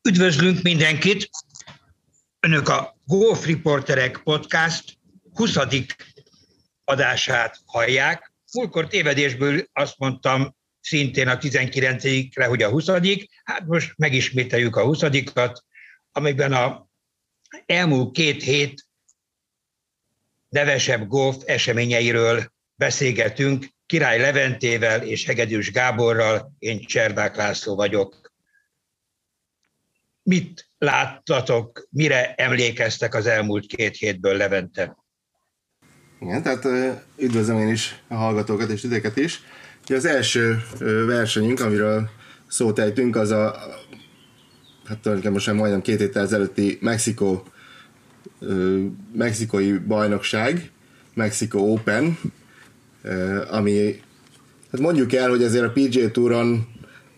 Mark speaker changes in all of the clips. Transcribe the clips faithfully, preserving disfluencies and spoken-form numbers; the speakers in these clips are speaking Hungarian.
Speaker 1: Üdvözlünk mindenkit! Önök a Golf Reporterek Podcast huszadik adását hallják. Múltkor tévedésből azt mondtam szintén a tizenkilencedikre, hogy a huszadik. Hát most megismételjük a huszadikat, amiben a elmúlt két hét nevesebb golf eseményeiről beszélgetünk. Király Leventével és Hegedűs Gáborral, én Cservák László vagyok. Mit láttatok, mire emlékeztek az elmúlt két hétből, Levente?
Speaker 2: Igen, tehát üdvözlöm én is a hallgatókat és titeket is. Az első versenyünk, amiről szót ejtünk, az a, hát tulajdonképpen most majdnem két héttel ezelőtti Mexikó, mexikói bajnokság, Mexico Open, ami, hát mondjuk el, hogy azért a pé gé á Touron,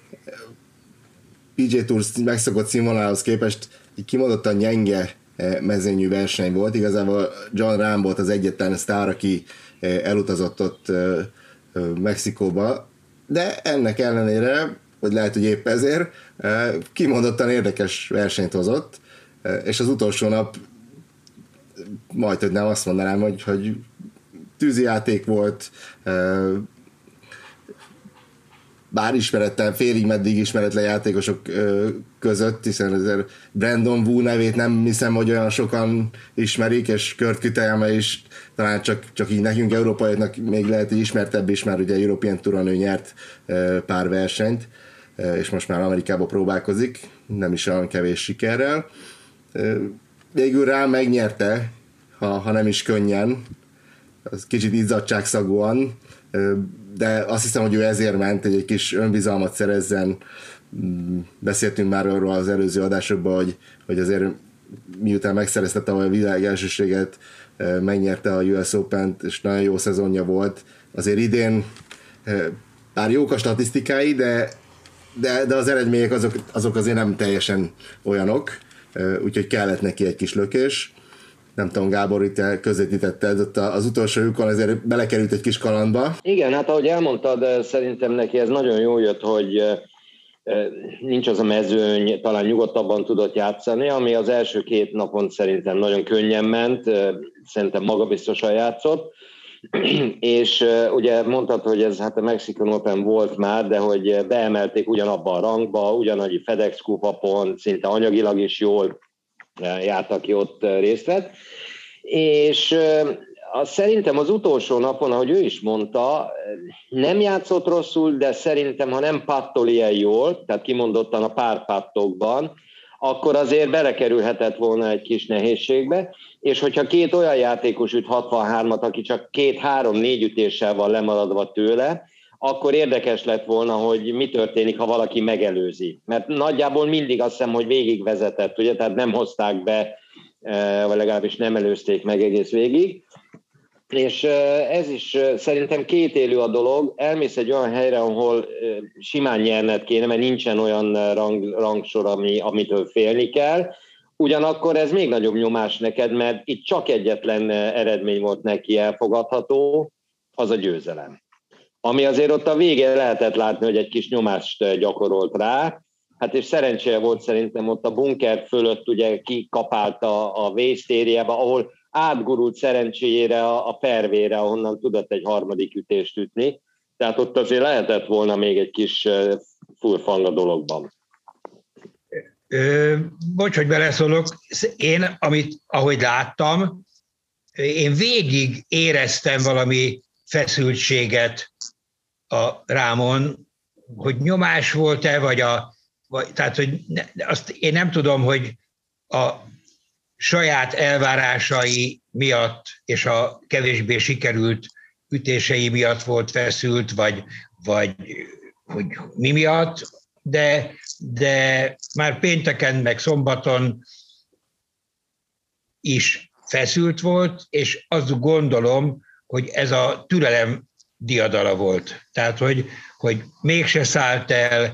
Speaker 2: pé gé á Tour megszokott színvonalához képest egy kimondottan gyenge mezőnyű verseny volt. Igazából Jon Rahm volt az egyetlen sztár, aki elutazott ott Mexikóba, de ennek ellenére, vagy lehet, hogy épp ezért, kimondottan érdekes versenyt hozott, és az utolsó nap majd, hogy nem azt mondanám, hogy, hogy tűzijáték volt, bár ismeretlen, félig meddig ismeretlen játékosok között, hiszen azért Brandon Wu nevét nem hiszem, hogy olyan sokan ismerik, és Kurt Kitayama is talán csak, csak így nekünk európaiaknak még lehet, hogy ismertebb is, már ugye European Touron ő nyert pár versenyt, és most már Amerikába próbálkozik, nem is olyan kevés sikerrel. Végül rá megnyerte, ha, ha nem is könnyen, az kicsit izzadságszagúan, de azt hiszem, hogy ő ezért ment, hogy egy kis önbizalmat szerezzen. Beszéltünk már arról az előző adásokban, hogy, hogy azért miután megszerezte tavaly a világ elsőséget, megnyerte a u es Opent, és nagyon jó szezonja volt. Azért idén bár jók a statisztikái, de, de, de az eredmények azok, azok azért nem teljesen olyanok, úgyhogy kellett neki egy kis lökés. Nem tudom, Gábor, itt közvetítetted, ott az utolsó lyukon azért belekerült egy kis kalandba.
Speaker 3: Igen, hát ahogy elmondtad, szerintem neki ez nagyon jól jött, hogy nincs az a mezőny, talán nyugodtabban tudott játszani, ami az első két napon szerintem nagyon könnyen ment, szerintem magabiztosan játszott, és ugye mondtad, hogy ez hát a Mexican Open volt már, de hogy beemelték ugyanabba a rangba, ugyanannyi FedEx Kupa pont, szinte anyagilag is jól járt, aki ott részt vett, és az, szerintem az utolsó napon, ahogy ő is mondta, nem játszott rosszul, de szerintem, ha nem pattol ilyen jól, tehát kimondottan a pár pattokban, akkor azért belekerülhetett volna egy kis nehézségbe, és hogyha két olyan játékos üt hatvanhármat, aki csak két-három-négy ütéssel van lemaradva tőle, akkor érdekes lett volna, hogy mi történik, ha valaki megelőzi. Mert nagyjából mindig azt hiszem, hogy végigvezetett, ugye, tehát nem hozták be, vagy legalábbis nem előzték meg egész végig. És ez is szerintem kétélű a dolog, elmész egy olyan helyre, ahol simán nyerned kéne, mert nincsen olyan rang, rangsor, ami, amitől félni kell. Ugyanakkor ez még nagyobb nyomás neked, mert itt csak egyetlen eredmény volt neki elfogadható, az a győzelem. Ami azért ott a végén lehetett látni, hogy egy kis nyomást gyakorolt rá, hát és szerencséje volt szerintem ott a bunker fölött, ugye kikapálta a vésztériába, ahol átgurult szerencséjére a pervére, ahonnan tudott egy harmadik ütést ütni, tehát ott azért lehetett volna még egy kis furfang a dologban.
Speaker 1: Ö, bocs, hogy beleszólok, én, amit, ahogy láttam, én végig éreztem valami feszültséget a Rámon, hogy nyomás volt-e, vagy a, vagy, tehát, hogy ne, azt én nem tudom, hogy a saját elvárásai miatt és a kevésbé sikerült ütései miatt volt feszült, vagy, vagy hogy mi miatt, de, de már pénteken meg szombaton is feszült volt, és azt gondolom, hogy ez a türelem diadala volt. Tehát, hogy, hogy mégse szállt el,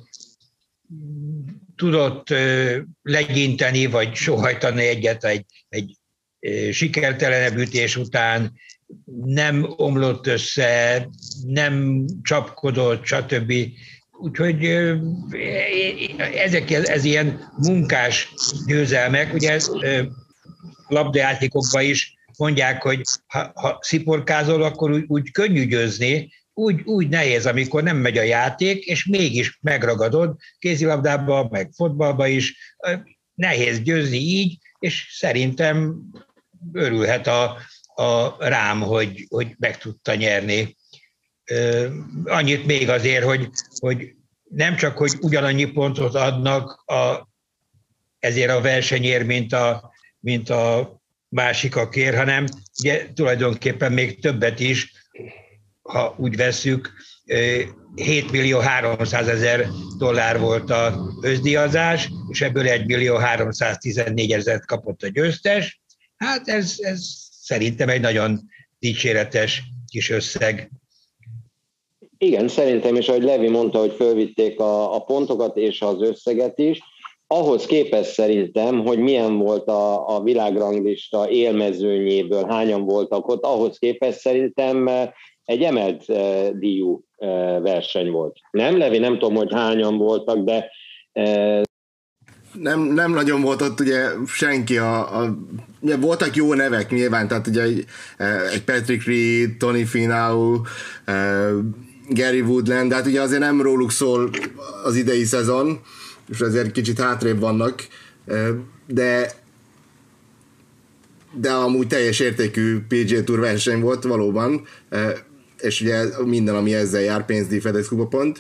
Speaker 1: tudott legyinteni, vagy sóhajtani egyet egy, egy sikertelenebb ütés után, nem omlott össze, nem csapkodott, stb. úgyhogy ezek ez ilyen munkás győzelmek, ugye labdajátékokban is mondják, hogy ha, ha sziporkázol, akkor úgy, úgy könnyű győzni, úgy, úgy nehéz, amikor nem megy a játék, és mégis megragadod, kézilabdában, meg fotballban is, nehéz győzni így, és szerintem örülhet a, a rám, hogy, hogy meg tudta nyerni. Annyit még azért, hogy, hogy nem csak, hogy ugyanannyi pontot adnak a, ezért a versenyért, mint a, mint a másikakért, hanem ugye tulajdonképpen még többet is, ha úgy vesszük, hét millió háromszázezer dollár volt a összdíjazás, és ebből egy millió háromszáztizennégyezret kapott a győztes. Hát ez, ez szerintem egy nagyon dicséretes kis összeg.
Speaker 3: Igen, szerintem is, ahogy Levi mondta, hogy fölvitték a, a pontokat és az összeget is, ahhoz képest szerintem, hogy milyen volt a, a világranglista élmezőnyéből, hányan voltak ott, ahhoz képest szerintem egy emelt uh, díjú uh, verseny volt. Nem, Levi, nem tudom, hogy hányan voltak, de... Uh...
Speaker 2: Nem, nem nagyon volt ott ugye senki, a, a, ugye voltak jó nevek nyilván, tehát ugye egy, egy Patrick Reed, Tony Finau, uh, Gary Woodland, de hát ugye azért nem róluk szól az idei szezon, és azért kicsit hátrébb vannak, uh, de de amúgy teljes értékű pé gé Tour verseny volt valóban, és ugye minden, ami ezzel jár, pénzdíj, FedEx Kupa pont.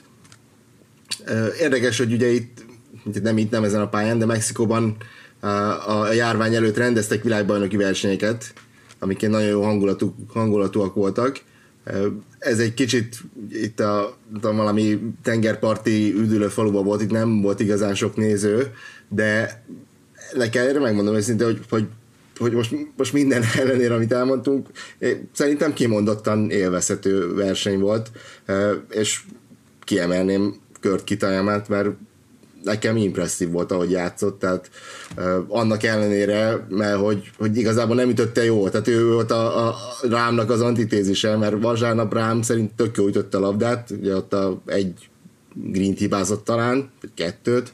Speaker 2: Érdekes, hogy ugye itt, nem itt, nem ezen a pályán, de Mexikóban a járvány előtt rendeztek világbajnoki versenyeket, amik nagyon jó hangulatú, hangulatúak voltak. Ez egy kicsit itt a, a valami tengerparti üdülő faluban volt, itt nem volt igazán sok néző, de nekem erre megmondom őszintén, hogy, hogy hogy most, most minden ellenére, amit elmondtunk, szerintem kimondottan élvezhető verseny volt, és kiemelném Kurt Kitayamát, mert nekem impresszív volt, ahogy játszott, tehát annak ellenére, mert hogy, hogy igazából nem ütötte jól, tehát ő volt a, a Rámnak az antitézise, mert vasárnap Rám szerint tök jó ütötte a labdát, ugye ott a egy green hibázott talán, vagy kettőt,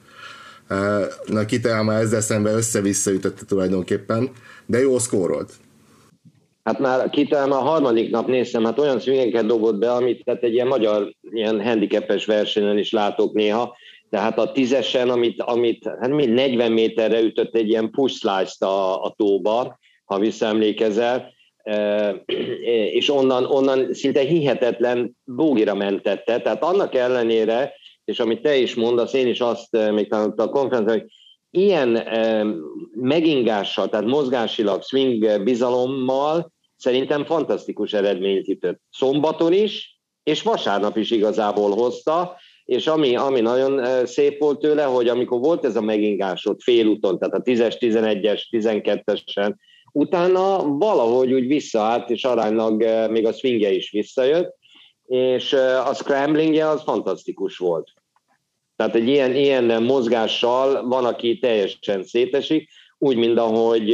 Speaker 2: na Kitayama ezzel szemben össze-vissza ütötte tulajdonképpen, de jó szkórolt.
Speaker 3: Hát már Kitayama a harmadik nap néztem, hát olyan swingeket dobott be, amit tehát egy ilyen magyar, ilyen handicapes versenyen is látok néha, tehát a tízesen, amit, amit hát negyven méterre ütött egy ilyen push slice-t a, a tóba, ha visszaemlékezel, és onnan, onnan szinte hihetetlen bógira mentette, tehát annak ellenére, és amit te is mondasz, én is azt még tanultam a konferencián, hogy ilyen eh, megingással, tehát mozgásilag, swing bizalommal szerintem fantasztikus eredményt ütött. Szombaton is, és vasárnap is igazából hozta, és ami, ami nagyon eh, szép volt tőle, hogy amikor volt ez a megingásod félúton, tehát a tízes, tizenegyes, tizenkettesen, utána valahogy úgy visszaállt, és aránylag eh, még a swingje is visszajött, és eh, a scramblingje az fantasztikus volt. Tehát egy ilyen, ilyen mozgással van, aki teljesen szétesik, úgy, mint ahogy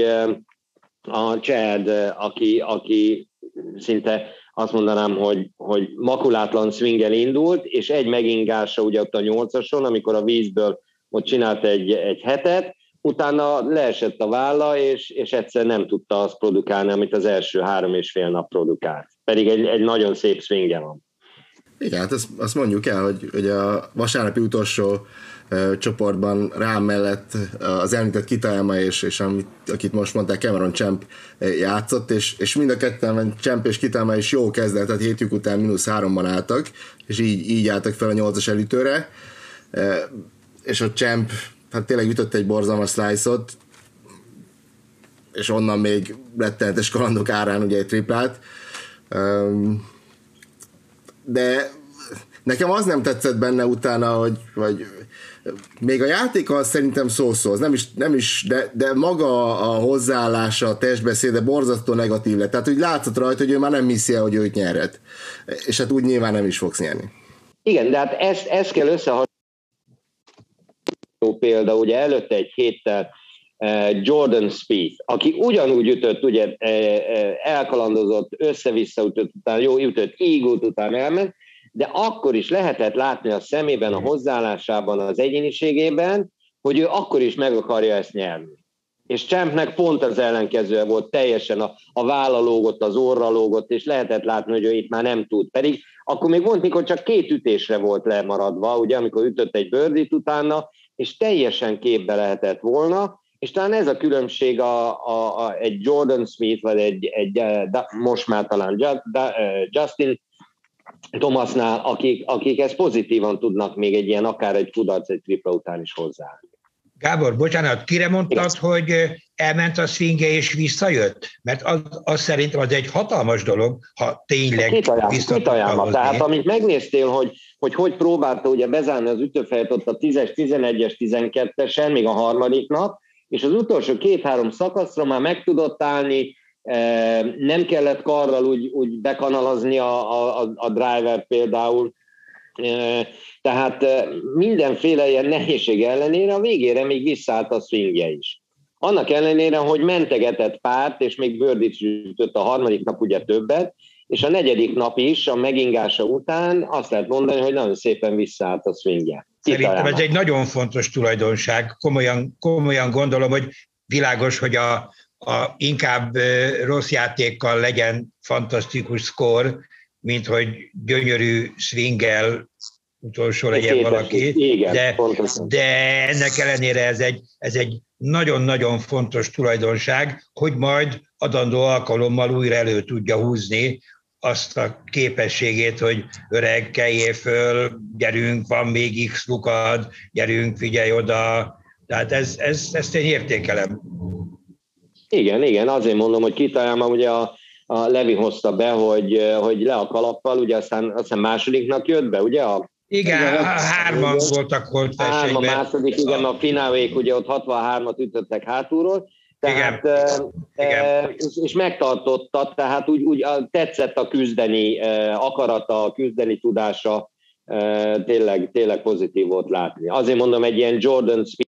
Speaker 3: a Chad, aki, aki szinte azt mondanám, hogy, hogy makulátlan swinggel indult, és egy megingása ugye ott a nyolcason, amikor a vízből ott csinált egy, egy hetet, utána leesett a válla, és, és egyszer nem tudta azt produkálni, amit az első három és fél nap produkált. Pedig egy, egy nagyon szép swingje van.
Speaker 2: Igen, hát azt, azt mondjuk el, hogy, hogy a vasárnapi utolsó uh, csoportban Rám mellett az említett Kitayama és, és amit, akit most mondták, Cameron Champ játszott, és, és mind a ketten, Champ és Kitayama is jó kezdett, tehát hétjük után mínusz háromban álltak, és így, így álltak fel a nyolcas elütőre, uh, és a Champ hát tényleg ütött egy borzalmas slice-ot, és onnan még rettenetes kalandok árán ugye egy triplát, um, de nekem az nem tetszett benne utána, hogy, hogy még a játéka az szerintem szó-szó, nem is, nem is de, de maga a hozzáállása, a testbeszéde borzasztó negatív lett. Tehát úgy látszott rajta, hogy ő már nem hiszi el, hogy őt nyerhet. És hát úgy nyilván nem is fogsz nyerni.
Speaker 3: Igen, de hát ezt, ezt kell összehasonlítani. Példa, ugye előtte egy héttel Jordan Spieth, aki ugyanúgy ütött, ugye elkalandozott, össze-vissza ütött, utána jó ütött, ígult, utána elment, de akkor is lehetett látni a szemében, a hozzáállásában, az egyéniségében, hogy ő akkor is meg akarja ezt nyerni. És Champnek pont az ellenkezője volt, teljesen a, a válla lógott, az orra lógott, és lehetett látni, hogy ő itt már nem tud. Pedig akkor még volt, mikor csak két ütésre volt lemaradva, ugye, amikor ütött egy birdie-t utána, és teljesen képbe lehetett volna, és talán ez a különbség a, a, a, egy Jordan Smith, vagy egy, egy most már talán Justin Thomasnál, akik, akik ezt pozitívan tudnak még egy ilyen, akár egy kudarc, egy tripla után is hozzáállni.
Speaker 1: Gábor, bocsánat, kire mondtad, hogy elment a swingje és visszajött? Mert az, az szerintem az egy hatalmas dolog, ha tényleg
Speaker 3: visszatudta. Tehát amit megnéztél, hogy, hogy hogy próbálta ugye bezárni az ütőfejet ott a tízes, tizenegyes, tizenkettesen, még a harmadik nap, és az utolsó két-három szakaszra már meg tudott állni, nem kellett karral úgy, úgy bekanalazni a, a, a driver például, tehát mindenféle ilyen nehézség ellenére a végére még visszaállt a swingje is. Annak ellenére, hogy mentegetett párt, és még birdie-t ütött a harmadik nap ugye többet, és a negyedik nap is, a megingása után azt lehet mondani, hogy nagyon szépen visszaállt a swingje.
Speaker 1: Szerintem ez egy nagyon fontos tulajdonság. Komolyan, komolyan gondolom, hogy világos, hogy a, a inkább rossz játékkal legyen fantasztikus szkór, mint hogy gyönyörű swinggel utolsó legyen valaki,
Speaker 3: igen,
Speaker 1: de, de ennek ellenére ez egy, ez egy nagyon-nagyon fontos tulajdonság, hogy majd adandó alkalommal újra elő tudja húzni azt a képességét, hogy öreg, keljél föl, gyerünk, van még X lukad, gyerünk, figyelj oda. Tehát ez, ez, ezt én értékelem.
Speaker 3: Igen, igen, azért mondom, hogy Kitayama ugye a A Levi hozta be, hogy, hogy le a kalappal, ugye aztán, aztán másodiknak jött be, ugye? A,
Speaker 1: igen, a hárman ugye, voltak holtversenyben.
Speaker 3: Hárman, második, igen, a finálék ugye ott hatvanhármat ütöttek hátulról, tehát,
Speaker 1: igen.
Speaker 3: E,
Speaker 1: igen.
Speaker 3: És, és megtartotta, tehát úgy, úgy tetszett a küzdeni akarata, a küzdeni tudása, tényleg, tényleg pozitív volt látni. Azért mondom, egy ilyen Jordan Smith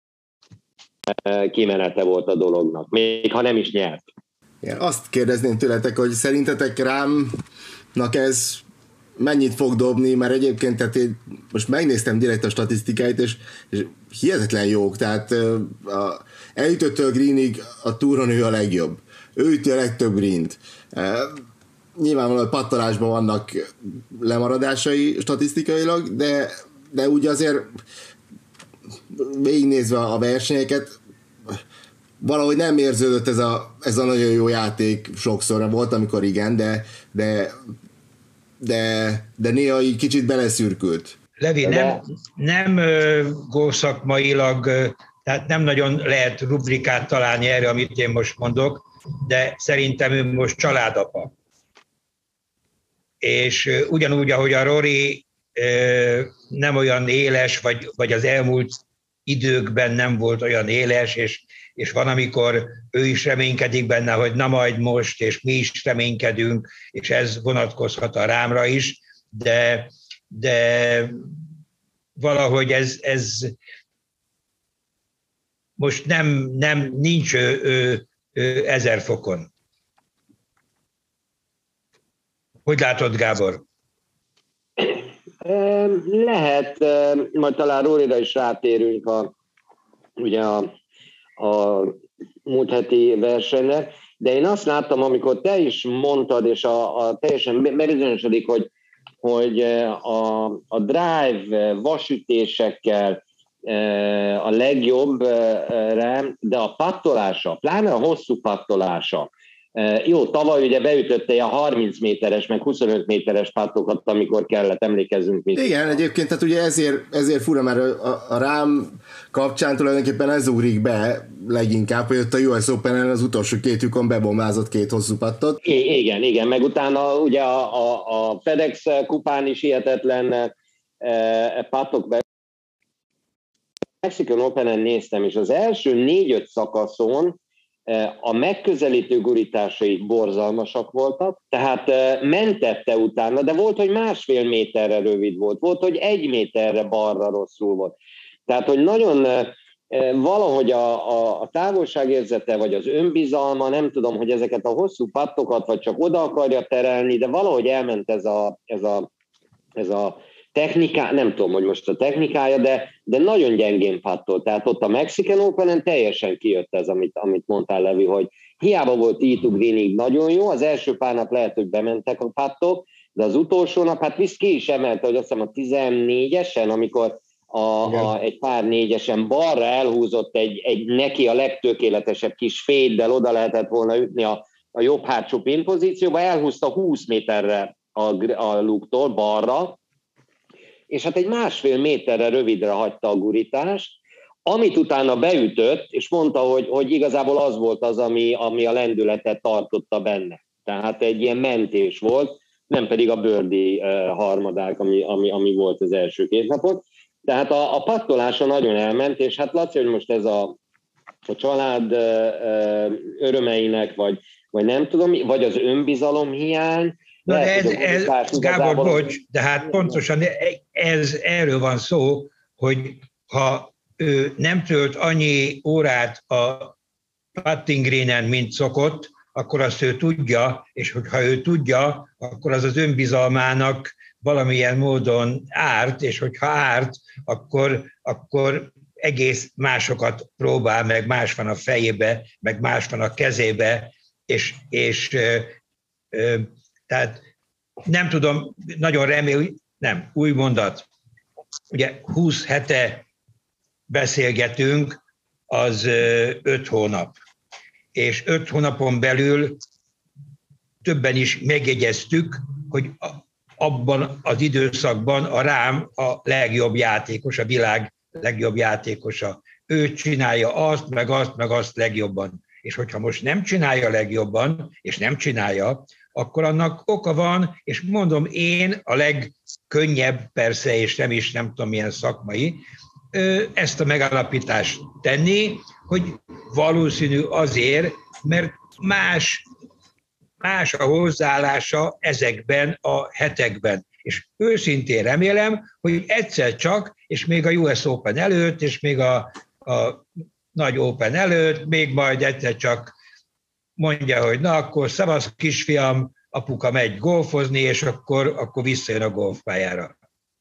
Speaker 3: kimenete volt a dolognak, még ha nem is nyert.
Speaker 2: Igen, azt kérdezném tőletek, hogy szerintetek Rahmnak ez mennyit fog dobni, mert egyébként tehát én most megnéztem direkt a statisztikáit, és, és hihetetlen jók, tehát a, elütöttől greenig a túron ő a legjobb. Ő üti a legtöbb greent. Nyilvánvalóan pattolásban vannak lemaradásai statisztikailag, de, de úgy azért végignézve a versenyeket, valahogy nem érződött ez a, ez a nagyon jó játék sokszor, volt, amikor igen, de, de, de, de néha így kicsit beleszürkült.
Speaker 1: Levi, nem, nem gószakmailag, tehát nem nagyon lehet rubrikát találni erre, amit én most mondok, de szerintem ő most családapa. És ugyanúgy, ahogy a Rory nem olyan éles, vagy, vagy az elmúlt időkben nem volt olyan éles, és és van, amikor ő is reménykedik benne, hogy na majd most, és mi is reménykedünk, és ez vonatkozhat a Rahmra is, de, de valahogy ez, ez most nem, nem nincs ő, ő, ő ezer fokon. Hogy látod, Gábor?
Speaker 3: Lehet, majd talán Roryra is rátérünk a, ugye a a múlt heti versenyre, de én azt láttam, amikor te is mondtad, és a, a teljesen bebizonyosodik, hogy, hogy a, a drive vasütésekkel a legjobb, de a pattolása, pláne a hosszú pattolása. Jó, tavaly ugye beütötte a harminc méteres, meg huszonöt méteres pattokat, amikor kellett, emlékezzünk. Mit.
Speaker 2: Igen, egyébként, tehát ugye ezért, ezért fura, mert a, a Rahm kapcsán tulajdonképpen ez ugrik be leginkább, hogy ott a U S Open-en az utolsó két lyukon bebomlázott két hosszú pattot.
Speaker 3: I- igen, igen, meg utána ugye a, a, a FedEx kupán is hihetetlen e, pattok be. Mexican Open-en néztem, és az első négy-öt szakaszon a megközelítő gurításai borzalmasak voltak, tehát mentette utána, de volt, hogy másfél méterre rövid volt, volt, hogy egy méterre balra rosszul volt. Tehát, hogy nagyon valahogy a, a, a távolságérzete, vagy az önbizalma, nem tudom, hogy ezeket a hosszú pattokat, vagy csak oda akarja terelni, de valahogy elment ez a, ez a ez a techniká, nem tudom, hogy most a technikája, de, de nagyon gyengén pattol. Tehát ott a Mexican Openen teljesen kijött ez, amit, amit mondtál, Levi, hogy hiába volt tee to greenig nagyon jó, az első pár nap lehet, hogy bementek a pattok, de az utolsó nap, hát visz ki is emelte, hogy azt hiszem a tizennégyesen, amikor a, a, egy pár négyesen balra elhúzott egy, egy neki a legtökéletesebb kis féddel, oda lehetett volna ütni a, a jobb hátsó pin pozícióba, elhúzta húsz méterre a, a luktól balra, és hát egy másfél méterre rövidre hagyta a gurítást, amit utána beütött, és mondta, hogy, hogy igazából az volt az, ami, ami a lendületet tartotta benne. Tehát egy ilyen mentés volt, nem pedig a birdie uh, harmadák, ami, ami, ami volt az első két napot. Tehát a, a pattolása nagyon elment, és hát Laci, hogy most ez a, a család uh, uh, örömeinek, vagy, vagy nem tudom, vagy az önbizalom hiány.
Speaker 1: Na de ez, ez, ez Gábor, bocs, de hát pontosan ez, erről van szó, hogy ha ő nem tölt annyi órát a putting greenen, mint szokott, akkor azt ő tudja, és hogyha ő tudja, akkor az az önbizalmának valamilyen módon árt, és hogyha árt, akkor, akkor egész másokat próbál, meg más van a fejébe, meg más van a kezébe, és, és ö, ö, tehát nem tudom, nagyon remélem, nem, új mondat. Ugye húsz hete beszélgetünk, az öt hónap. És öt hónapon belül többen is megjegyeztük, hogy abban az időszakban a rám a legjobb játékos, a világ legjobb játékosa. Ő csinálja azt, meg azt, meg azt legjobban. És hogyha most nem csinálja legjobban, és nem csinálja, akkor annak oka van, és mondom, én a legkönnyebb, persze, és nem is nem tudom milyen szakmai, ezt a megállapítást tenni, hogy valószínű azért, mert más, más a hozzáállása ezekben a hetekben. És őszintén remélem, hogy egyszer csak, és még a U S Open előtt, és még a, a nagy Open előtt, még majd egyszer csak mondja, hogy na akkor szavasz kisfiam, apuka megy golfozni, és akkor, akkor visszajön a golfpályára.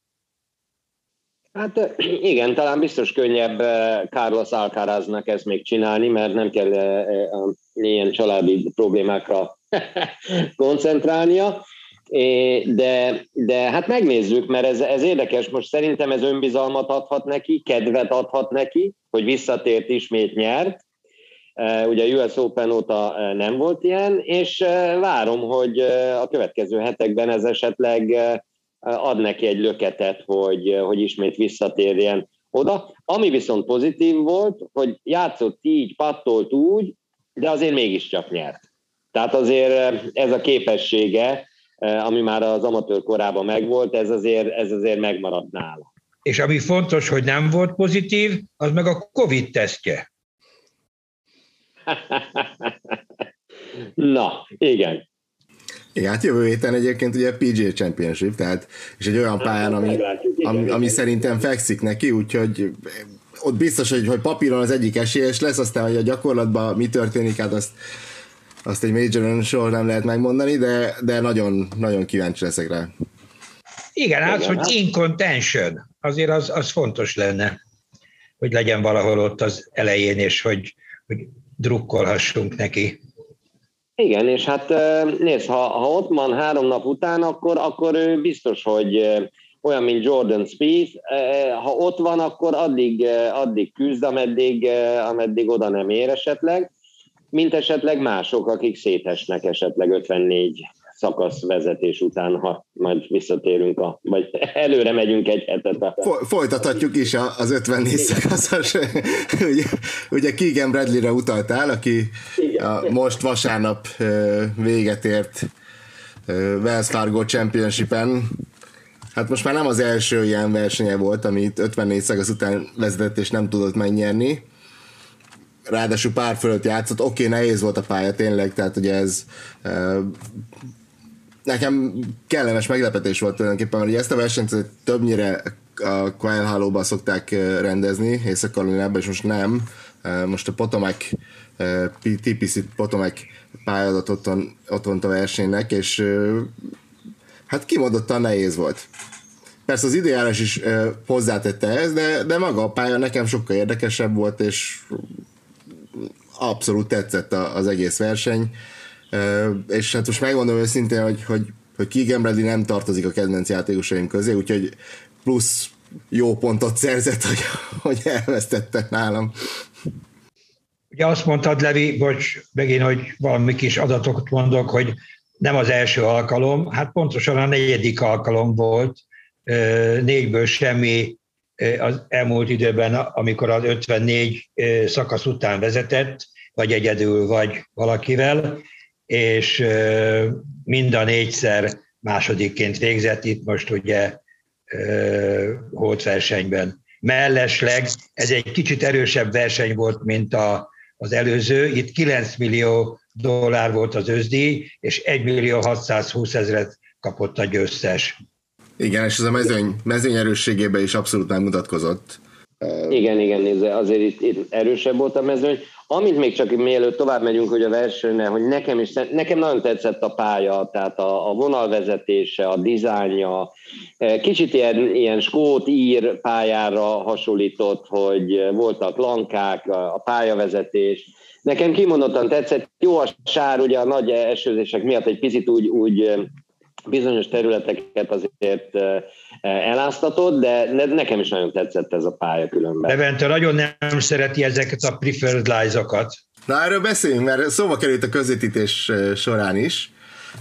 Speaker 3: Hát igen, talán biztos könnyebb Carlos Alcaraznak ezt még csinálni, mert nem kell ilyen családi problémákra koncentrálnia, de, de hát megnézzük, mert ez, ez érdekes, most szerintem ez önbizalmat adhat neki, kedvet adhat neki, hogy visszatért, ismét nyert. Ugye a U S Open óta nem volt ilyen, és várom, hogy a következő hetekben ez esetleg ad neki egy löketet, hogy, hogy ismét visszatérjen oda. Ami viszont pozitív volt, hogy játszott így, pattolt úgy, de azért mégiscsak nyert. Tehát azért ez a képessége, ami már az amatőr korában megvolt, ez azért, ez azért megmaradt nála.
Speaker 1: És ami fontos, hogy nem volt pozitív, az meg a Covid-tesztje.
Speaker 3: Na, igen.
Speaker 2: Igen, hát jövő héten egyébként ugye a pé gé á Championship, tehát, és egy olyan pályán, ami, ami, ami szerintem fekszik neki, úgyhogy ott biztos, hogy, hogy papíron az egyik esélyes lesz, aztán, hogy a gyakorlatban mi történik, hát azt, azt egy majoron soha nem lehet megmondani, de, de nagyon, nagyon kíváncsi leszek rá.
Speaker 1: Igen, hát, hogy in contention, azért az, az fontos lenne, hogy legyen valahol ott az elején, és hogy, hogy drukkolhassunk neki.
Speaker 3: Igen, és hát nézd, ha, ha ott van három nap után, akkor, akkor ő biztos, hogy olyan, mint Jordan Spieth, ha ott van, akkor addig, addig küzd, ameddig, ameddig oda nem ér esetleg, mint esetleg mások, akik szétesnek esetleg ötvennégy szakasz vezetés után, ha majd visszatérünk, a, vagy előre megyünk egy hetet.
Speaker 2: Folytathatjuk is az ötvennégy szakaszos. ugye, ugye Keegan Bradley-re utaltál, aki a most vasárnap véget ért Wells Fargo Championship-en. Hát most már nem az első ilyen versenye volt, amit ötvennégy szakasz után vezetett és nem tudott megnyerni. Ráadásul pár fölött játszott. Oké, okay, nehéz volt a pálya tényleg, tehát ugye ez nekem kellemes meglepetés volt tulajdonképpen, mert ugye ezt a versenyt többnyire a Quail Hollow-ban szokták rendezni, Észak-Karolinában, és most nem. Most a Potomac, té pé cé Potomac pályázat otthon, otthont a versenynek, és hát kimondottan nehéz volt. persze az időjárás is hozzátette ez, de, de maga a pálya nekem sokkal érdekesebb volt, és abszolút tetszett az egész verseny. És hát most megmondom őszintén, hogy, hogy, hogy Keegan Bradley nem tartozik a kedvenc játékosaim közé, úgyhogy plusz jó pontot szerzett, hogy, hogy elvesztette nálam.
Speaker 1: Ugye azt mondtad, Levi, bocs, megint, hogy valami kis adatokat mondok, hogy nem az első alkalom, hát pontosan a negyedik alkalom volt, négyből semmi az elmúlt időben, amikor az ötvennégy szakasz után vezetett, vagy egyedül, vagy valakivel, és mind a négyszer másodikként végzett, itt most ugye holtversenyben. Mellesleg ez egy kicsit erősebb verseny volt, mint a, az előző. Itt kilenc millió dollár volt az összdíj, és egy millió hatszázhúsz ezret kapott a győztes.
Speaker 2: Igen, és ez a mezőny, mezőny erősségében is abszolút megmutatkozott.
Speaker 3: Igen, igen, nézze, azért itt, itt erősebb volt a mezőny. Amit még csak mielőtt tovább megyünk, hogy a versenyre, hogy nekem is, nekem nagyon tetszett a pálya, tehát a, a vonalvezetése, a dizájnja, kicsit ilyen, ilyen skót-ír pályára hasonlított, hogy voltak lankák, a pályavezetés. Nekem kimondottan tetszett, jó a sár, ugye a nagy esőzések miatt egy picit úgy, úgy bizonyos területeket azért eláztatott, de nekem is nagyon tetszett ez a pálya különben.
Speaker 1: Levente nagyon nem szereti ezeket a preferred lies-okat.
Speaker 2: Na, erről beszéljünk, mert szóba került a közvetítés során is,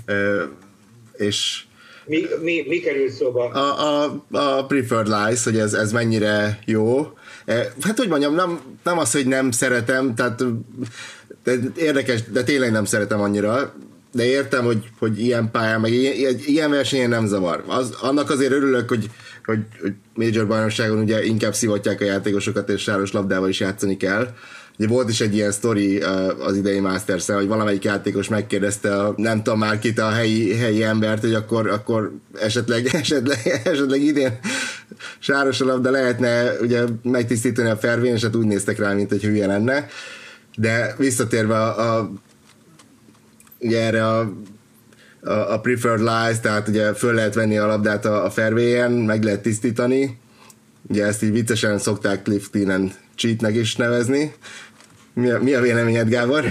Speaker 2: és
Speaker 1: mi, mi, mi került szóba?
Speaker 2: A, a, a preferred lies, hogy ez, ez mennyire jó. Hát hogy mondjam, nem, nem az, hogy nem szeretem, tehát de érdekes, de tényleg nem szeretem annyira, de értem, hogy, hogy ilyen pályán, meg ilyen, ilyen versenyen nem zavar. Az, annak azért örülök, hogy, hogy, hogy major bajnokságon ugye inkább szivatják a játékosokat, és sáros labdával is játszani kell. Ugye volt is egy ilyen sztori az idei Masters-en, hogy valamelyik játékos megkérdezte a, nem tudom már kit, a helyi, helyi embert, hogy akkor, akkor esetleg, esetleg, esetleg idén sáros a labda lehetne ugye megtisztítani a fairwayn, és hát úgy néztek rá, mint hogy hülye lenne. De visszatérve a, a ugye erre a, a, a preferred lies, tehát ugye föl lehet venni a labdát a, a fairwayen, meg lehet tisztítani. Ugye ezt így viccesen szokták Cliff Clean and Cheatnek is nevezni. Mi a, mi a véleményed, Gábor?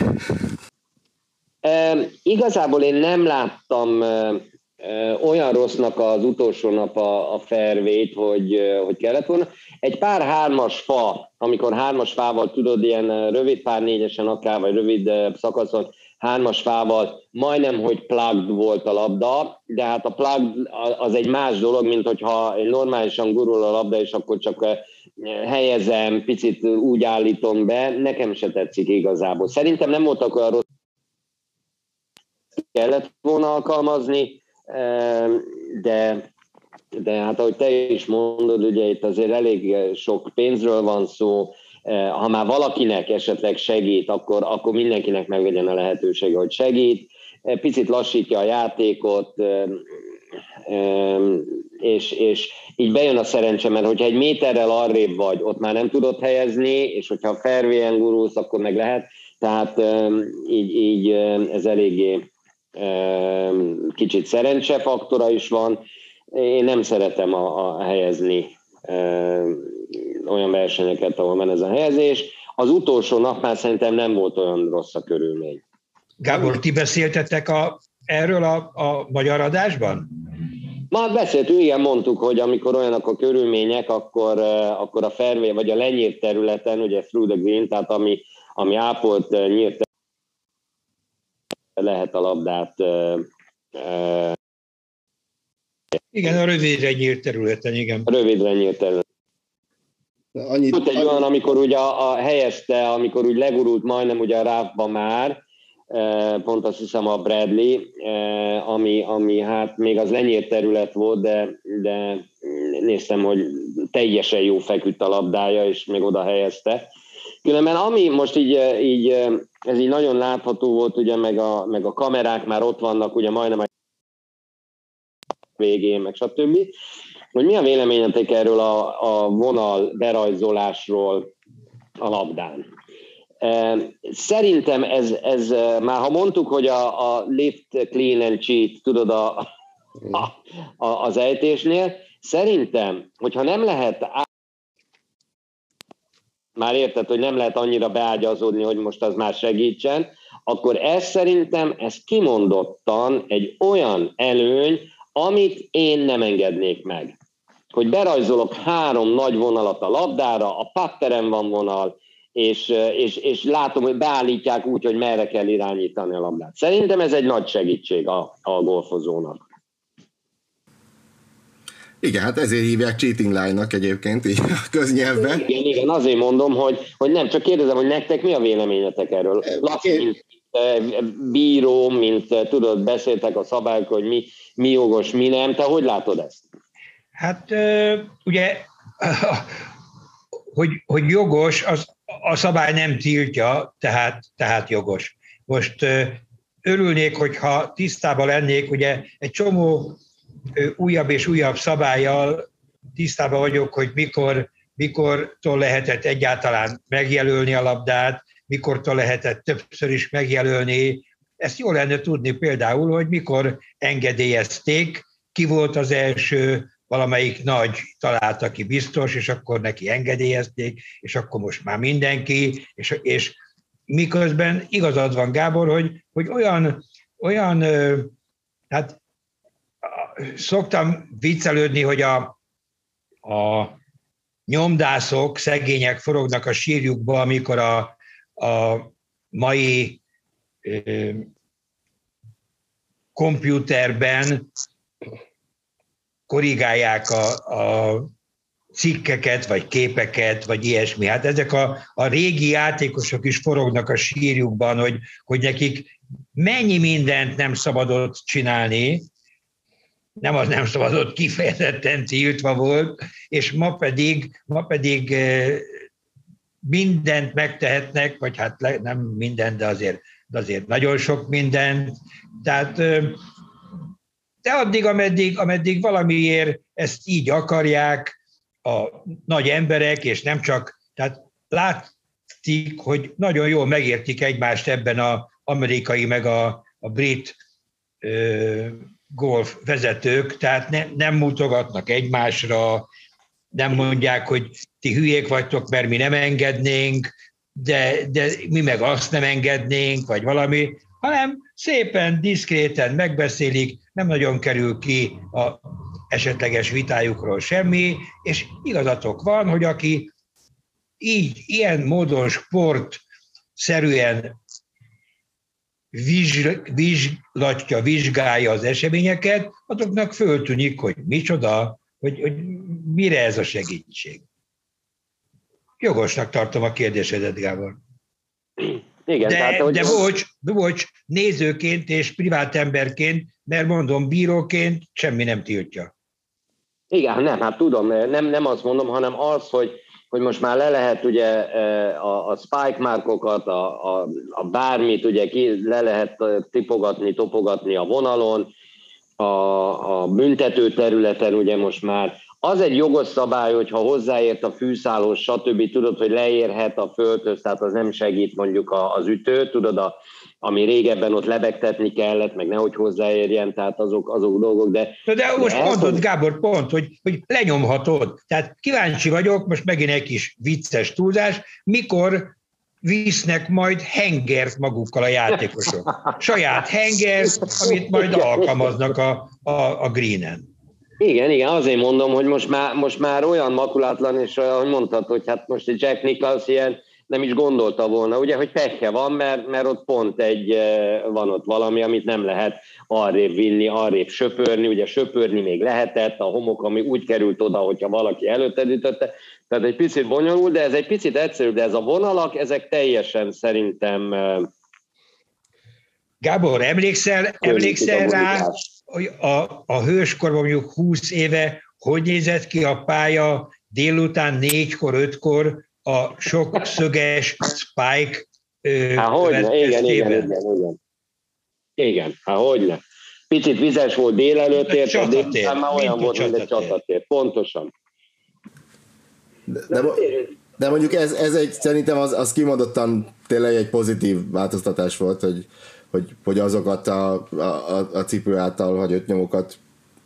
Speaker 3: E, igazából én nem láttam e, olyan rossznak az utolsó nap a, a fairway-t, hogy, hogy kellett volna. Egy pár hármas fa, amikor hármas fával tudod, ilyen rövid pár négyesen akár, vagy rövid szakaszon, hármas fával majdnem, hogy plugged volt a labda, de hát a plugged az egy más dolog, mint hogyha normálisan gurul a labda, és akkor csak helyezem, picit úgy állítom be, nekem se tetszik igazából. Szerintem nem voltak olyan rossz, kellett volna alkalmazni, de, de hát ahogy te is mondod, ugye itt azért elég sok pénzről van szó, ha már valakinek esetleg segít, akkor, akkor mindenkinek meglegyen a lehetősége, hogy segít. Picit lassítja a játékot, és, és így bejön a szerencse, mert hogyha egy méterrel arrébb vagy, ott már nem tudod helyezni, és hogyha a fairwayen gurulsz, akkor meg lehet. Tehát így, így ez eléggé kicsit szerencsefaktora is van. Én nem szeretem a, a helyezni olyan versenyeket, ahol van ez a helyezés. Az utolsó nap már szerintem nem volt olyan rossz a körülmény.
Speaker 1: Gábor, ti beszéltetek a, erről a, a magyar adásban?
Speaker 3: Már beszéltünk, igen, mondtuk, hogy amikor olyanak a körülmények, akkor, akkor a fairway, vagy a lenyírt területen, ugye through the green, tehát ami, ami ápolt nyírt lehet a labdát.
Speaker 1: Igen, a rövidre nyírt területen, igen.
Speaker 3: A rövidre nyírt területen.
Speaker 2: Annyit,
Speaker 3: Ott egy
Speaker 2: annyit...
Speaker 3: olyan, amikor ugye a, a helyezte, amikor úgy legurult majdnem ugye a ráfba már, pont azt hiszem a Bradley, ami, ami hát még az lenyírt terület volt, de, de néztem, hogy teljesen jó feküdt a labdája, és még oda helyezte. Különben ami most így, így ez így nagyon látható volt, ugye meg a, meg a kamerák már ott vannak, ugye majdnem a végén, meg stb. Hogy mi a véleményetek erről a, a vonal berajzolásról a labdán? Szerintem ez, ez már ha mondtuk, hogy a, a lift, clean and cheat, tudod, a, a, a, az ejtésnél. Szerintem, hogyha nem lehet á... már érted, hogy nem lehet annyira beágyazódni, hogy most az már segítsen, akkor ez szerintem, ez kimondottan egy olyan előny, amit én nem engednék meg. Hogy berajzolok három nagy vonalat a labdára, a patteren van vonal, és, és, és látom, hogy beállítják úgy, hogy merre kell irányítani a labdát. Szerintem ez egy nagy segítség a, a golfozónak.
Speaker 2: Igen, hát ezért hívják cheating line-nak egyébként, így a köznyelvben.
Speaker 3: Igen, igen, azért mondom, hogy, hogy nem, csak kérdezem, hogy nektek mi a véleményetek erről? Laci, mint bíró, mint tudod, beszéltek a szabályok, hogy mi, mi jogos, mi nem. Te hogy látod ezt?
Speaker 1: Hát ugye, hogy, hogy jogos, az, a szabály nem tiltja, tehát, tehát jogos. Most örülnék, hogyha tisztában lennék, ugye egy csomó újabb és újabb szabállyal tisztában vagyok, hogy mikor, mikortól lehetett egyáltalán megjelölni a labdát, mikortól lehetett többször is megjelölni. Ezt jól lenne tudni például, hogy mikor engedélyezték, ki volt az első, valamelyik nagy találta ki biztos, és akkor neki engedélyezték, és akkor most már mindenki, és, és miközben igazad van, Gábor, hogy, hogy olyan, olyan hát szoktam viccelődni, hogy a, a nyomdászok, szegények forognak a sírjukba, amikor a, a mai ö, komputerben korrigálják a, a cikkeket, vagy képeket, vagy ilyesmi. Hát ezek a, a régi játékosok is forognak a sírjukban, hogy, hogy nekik mennyi mindent nem szabadott csinálni, nem az nem szabadott, kifejezetten tiltva volt, és ma pedig, ma pedig mindent megtehetnek, vagy hát nem mindent, de azért, de azért nagyon sok mindent. Tehát de addig, ameddig, ameddig valamiért ezt így akarják a nagy emberek, és nem csak, tehát látszik, hogy nagyon jól megértik egymást ebben az amerikai meg a, a brit ö, golf vezetők, tehát ne, nem mutogatnak egymásra, nem mondják, hogy ti hülyék vagytok, mert mi nem engednénk, de, de mi meg azt nem engednénk, vagy valami, hanem szépen, diszkréten megbeszélik, nem nagyon kerül ki a esetleges vitájukról semmi, és igazatok van, hogy aki így, ilyen módon sportszerűen vizslatja, vizsgálja az eseményeket, azoknak föltűnik, hogy micsoda, hogy, hogy mire ez a segítség. Jogosnak tartom a kérdésedet, Gábor.
Speaker 3: Igen,
Speaker 1: de,
Speaker 3: tehát, hogy...
Speaker 1: de bocs, bocs, nézőként és privát emberként, mert mondom, bíróként semmi nem tiltja.
Speaker 3: Igen, nem, hát tudom, nem, nem azt mondom, hanem az, hogy, hogy most már le lehet ugye a, a spike markokat, a, a, a bármit ugye ki le lehet tipogatni, topogatni a vonalon, a, a büntető területen ugye most már. Az egy jogos szabály, hogyha hozzáért a fűszálhoz, stb. Tudod, hogy leérhet a földhöz, tehát az nem segít mondjuk az ütő, tudod, a, ami régebben ott lebegtetni kellett, meg nehogy hozzáérjen, tehát azok, azok dolgok, de...
Speaker 1: De, de most
Speaker 3: de
Speaker 1: mondod,
Speaker 3: hogy...
Speaker 1: Gábor, pont, hogy, hogy lenyomhatod. Tehát kíváncsi vagyok, most megint egy kis vicces túlzás, mikor visznek majd hengert magukkal a játékosok. Saját hengert, amit majd alkalmaznak a, a, a greenen.
Speaker 3: Igen, igen, azért mondom, hogy most már, most már olyan makulátlan, és ahogy mondtad, hogy hát most egy Jack Nicklaus ilyen nem is gondolta volna, ugye, hogy pekje van, mert, mert ott pont egy, van ott valami, amit nem lehet arrébb vinni, arrébb söpörni, ugye söpörni még lehetett, a homok, ami úgy került oda, hogyha valaki előtted ütötte, tehát egy picit bonyolult, de ez egy picit egyszerű, de ez a vonalak, ezek teljesen szerintem...
Speaker 1: Gábor, emlékszel, emlékszel rá, hogy a, a hőskorban mondjuk húsz éve, hogy nézett ki a pálya délután négykor, ötkor a sok szöges spike
Speaker 3: Há, hogyne, igen, igen, igen, igen. Igen, há, hogyne. Picit vizes volt délelőtt, de délután már olyan volt, mint egy csatatér. Pontosan.
Speaker 2: De, de, de mondjuk ez, ez egy, szerintem az, az kimondottan tényleg egy pozitív változtatás volt, hogy hogy, hogy azokat a, a, a cipő által hagyott nyomokat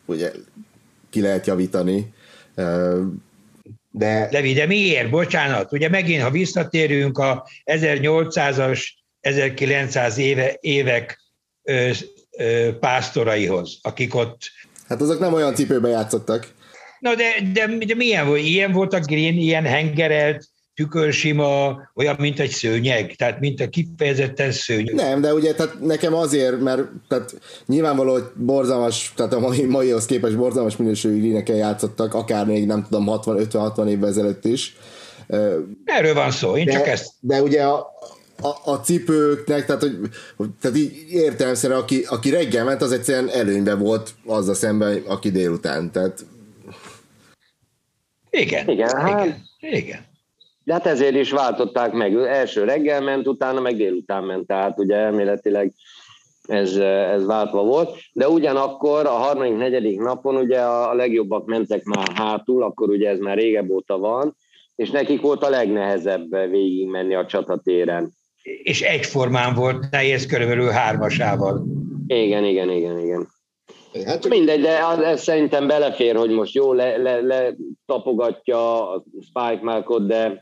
Speaker 2: ugye ki lehet javítani. De...
Speaker 1: Levi, de miért? Bocsánat, ugye megint, ha visszatérünk a ezernyolcszázas, ezerkilencszáz éve, évek ö, ö, pásztoraihoz, akik ott...
Speaker 2: Hát azok nem olyan cipőben játszottak.
Speaker 1: Na de, de, de milyen volt? Ilyen volt a green, ilyen hengerelt, tükörsima, olyan, mint egy szőnyeg, tehát mint a kifejezetten szőnyeg.
Speaker 2: Nem, de ugye tehát nekem azért, mert tehát nyilvánvaló, hogy borzalmas, tehát a mai, maihoz képest borzalmas minőségű greenekkel játszottak, akár még nem tudom hatvan ötven-hatvan évvel ezelőtt is.
Speaker 1: Erről van szó, én
Speaker 2: de,
Speaker 1: csak ezt...
Speaker 2: De ugye a, a, a cipőknek, tehát, hogy, tehát így értelemszerűen, aki, aki reggel ment, az egyszerűen előnyben volt azzal szemben, aki délután, tehát...
Speaker 1: Igen, igen, hát... igen, igen.
Speaker 3: De hát ezért is váltották meg. Első reggel ment, utána meg délután ment. Tehát ugye elméletileg ez, ez váltva volt. De ugyanakkor a harmadik, negyedik napon ugye a legjobbak mentek már hátul, akkor ugye ez már régebb óta van, és nekik volt a legnehezebb végigmenni a csatatéren.
Speaker 1: És egyformán volt nehéz, körülbelül hármasával.
Speaker 3: Igen, igen, igen, igen. Hát mindegy, de ez szerintem belefér, hogy most jó le, le, le tapogatja a Spike Markot, de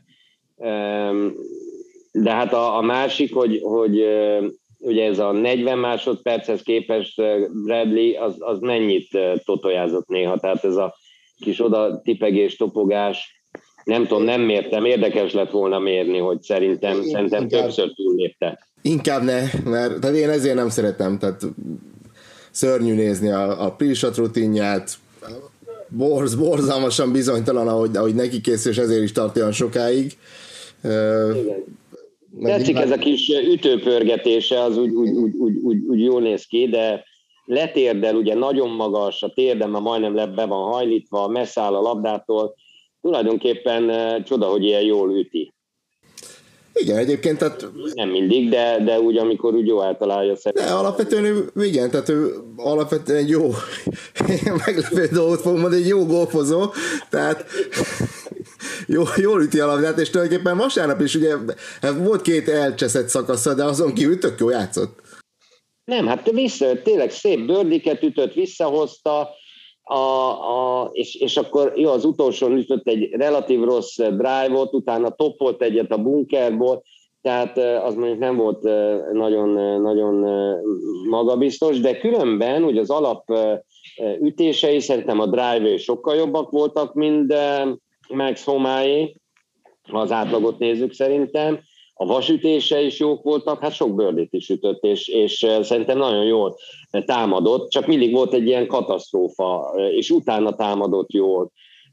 Speaker 3: de hát a, a másik, hogy, hogy ugye ez a negyven másodperchez képest Bradley, az, az mennyit totojázott néha, tehát ez a kis oda tipegés, topogás, nem tudom, nem mértem, érdekes lett volna mérni, hogy szerintem, Én, szerintem inkább, többször túllépte.
Speaker 2: Inkább ne, mert tehát én ezért nem szeretem, tehát szörnyű nézni a, a pre-shot rutinját, borz, borzalmasan bizonytalan, ahogy, ahogy neki készül, és ezért is tart olyan sokáig.
Speaker 3: Igen. Tetszik ez a kis ütőpörgetése, az úgy, úgy, úgy, úgy, úgy, úgy jól néz ki, de letérdel, ugye nagyon magas, a térdem már majdnem le be van hajlítva, messze áll a labdától, tulajdonképpen csoda, hogy ilyen jól üti.
Speaker 2: Igen, egyébként, tehát...
Speaker 3: Nem mindig, de, de úgy, amikor úgy jó eltalálja
Speaker 2: szerintem. De alapvetően ő, igen, tehát ő alapvetően egy jó, meglepő dolgot fogom mondani, egy jó golfozó, tehát jó, jól üti a labdát, és tulajdonképpen vasárnap is ugye volt két elcseszett szakasza, de azon kívül tök jó játszott.
Speaker 3: Nem, hát visszajött, tényleg szép bőrdiket ütött, visszahozta, A, a, és, és akkor jó, az utolsón ütött egy relatív rossz drive-ot, utána toppolt egyet a bunkerból, tehát az mondjuk nem volt nagyon, nagyon magabiztos, de különben ugye az alap ütései szerintem a drive-é sokkal jobbak voltak, mint Max Homáé, ha az átlagot nézzük szerintem. A vasütése is jók voltak, hát sok birdit is ütött, és, és szerintem nagyon jól támadott, csak mindig volt egy ilyen katasztrófa, és utána támadott jól.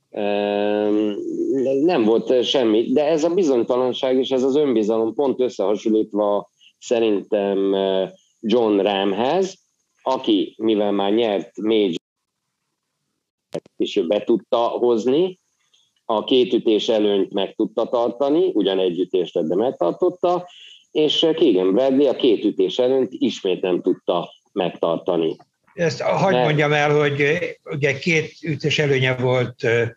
Speaker 3: Nem volt semmi, de ez a bizonytalanság és ez az önbizalom pont összehasonlítva szerintem Jon Rahmhez, aki, mivel már nyert major, és ő be tudta hozni, a két ütés előnyt meg tudta tartani, ugyan egy ütést, de megtartotta, és Keegan Bradley a két ütés előnyt ismét nem tudta megtartani.
Speaker 1: Ezt hagyd de... mondjam el, hogy ugye két ütés előnye volt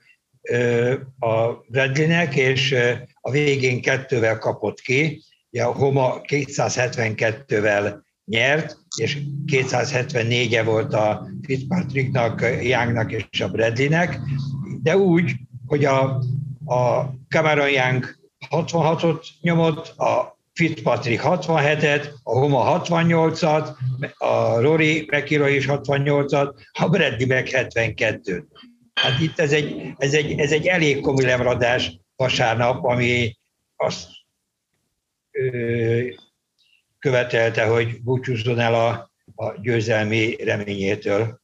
Speaker 1: a Bradleynek, és a végén kettővel kapott ki. Ugye a Homa kétszázhetvenkettővel nyert, és kétszázhetvennégy volt a Fitzpatricknak, Youngnak és a Bradleynek, de úgy, hogy a, a Cameron Young hatvanhatot nyomott, a Fitzpatrick hatvanhetet, a Homa hatvannyolcat, a Rory McIlroy is hatvannyolcat, a Bradley meg hetvenkettőt. Hát itt ez egy, ez egy, ez egy elég komoly lemaradás vasárnap, ami azt ö, követelte, hogy búcsúzzon el a, a győzelmi reményétől.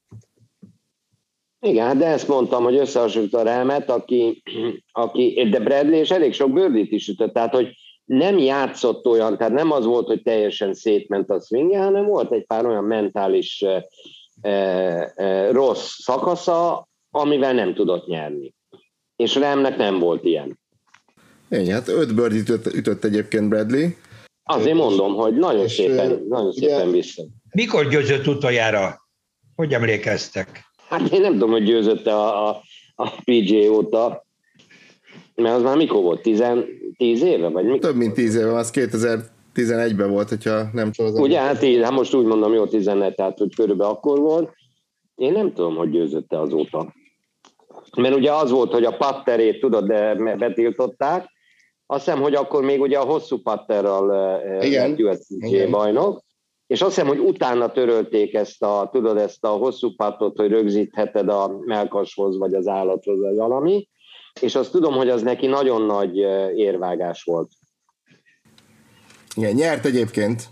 Speaker 3: Igen, de ezt mondtam, hogy összehasonlít a Rahmet, aki, aki, de Bradley és elég sok birdit is ütött, tehát hogy nem játszott olyan, tehát nem az volt, hogy teljesen szétment a swingje, hanem volt egy pár olyan mentális eh, eh, rossz szakasza, amivel nem tudott nyerni. És Rahmnek nem volt ilyen.
Speaker 2: Igen, hát öt birdit ütött, ütött egyébként Bradley.
Speaker 3: Azért mondom, hogy nagyon szépen, nagyon szépen vissza.
Speaker 1: Mikor győzött utoljára? Hogy emlékeztek?
Speaker 3: Hát én nem tudom, hogy győzötte a, a, a pé gé á óta, mert az már mikor volt? tíz éve? Vagy mikor?
Speaker 2: Több mint tíz éve, az kétezer-tizenegyben volt, hogyha nem sorozom.
Speaker 3: Ugye, hát, így, hát most úgy mondom, jó, tizenegy, tehát hogy körülbelül akkor volt. Én nem tudom, hogy győzötte azóta. Mert ugye az volt, hogy a patterét, tudod, de betiltották. Azt hiszem, hogy akkor még ugye a hosszú patterral lett u ef cé bajnok, és azt hiszem, hogy utána törölték ezt a, tudod, ezt a hosszú pattot, hogy rögzítheted a mellkashoz, vagy az állathoz, vagy valami, és azt tudom, hogy az neki nagyon nagy érvágás volt.
Speaker 2: Igen, nyert egyébként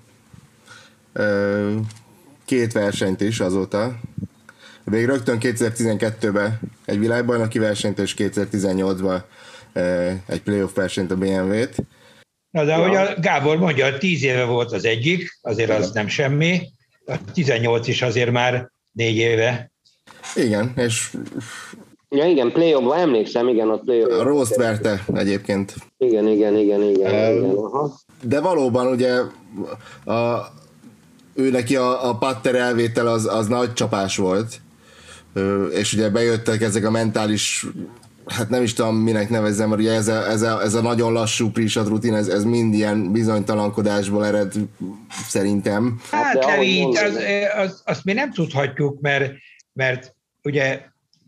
Speaker 2: két versenyt is azóta. Még rögtön kétezer-tizenkettőben egy világbajnoki versenyt, és kétezer-tizennyolcban egy playoff versenyt a bé em vét.
Speaker 1: Na de ahogy a Gábor mondja, tíz éve volt az egyik, azért az nem semmi, a tizennyolc is azért már négy éve.
Speaker 2: Igen, és...
Speaker 3: Ja igen, playoffban emlékszem, igen, a playoff.
Speaker 2: A Rose-t verte egyébként.
Speaker 3: Igen, igen, igen, igen.
Speaker 2: Uh,
Speaker 3: igen aha.
Speaker 2: De valóban ugye a, ő neki a, a patter elvétel az, az nagy csapás volt, és ugye bejöttek ezek a mentális, hát nem is tudom minek nevezzem, mert ugye ez a, ez a, ez a nagyon lassú pre-shot rutin, ez, ez mind ilyen bizonytalankodásból ered szerintem.
Speaker 1: Hát Levi, az, az, azt mi nem tudhatjuk, mert, mert ugye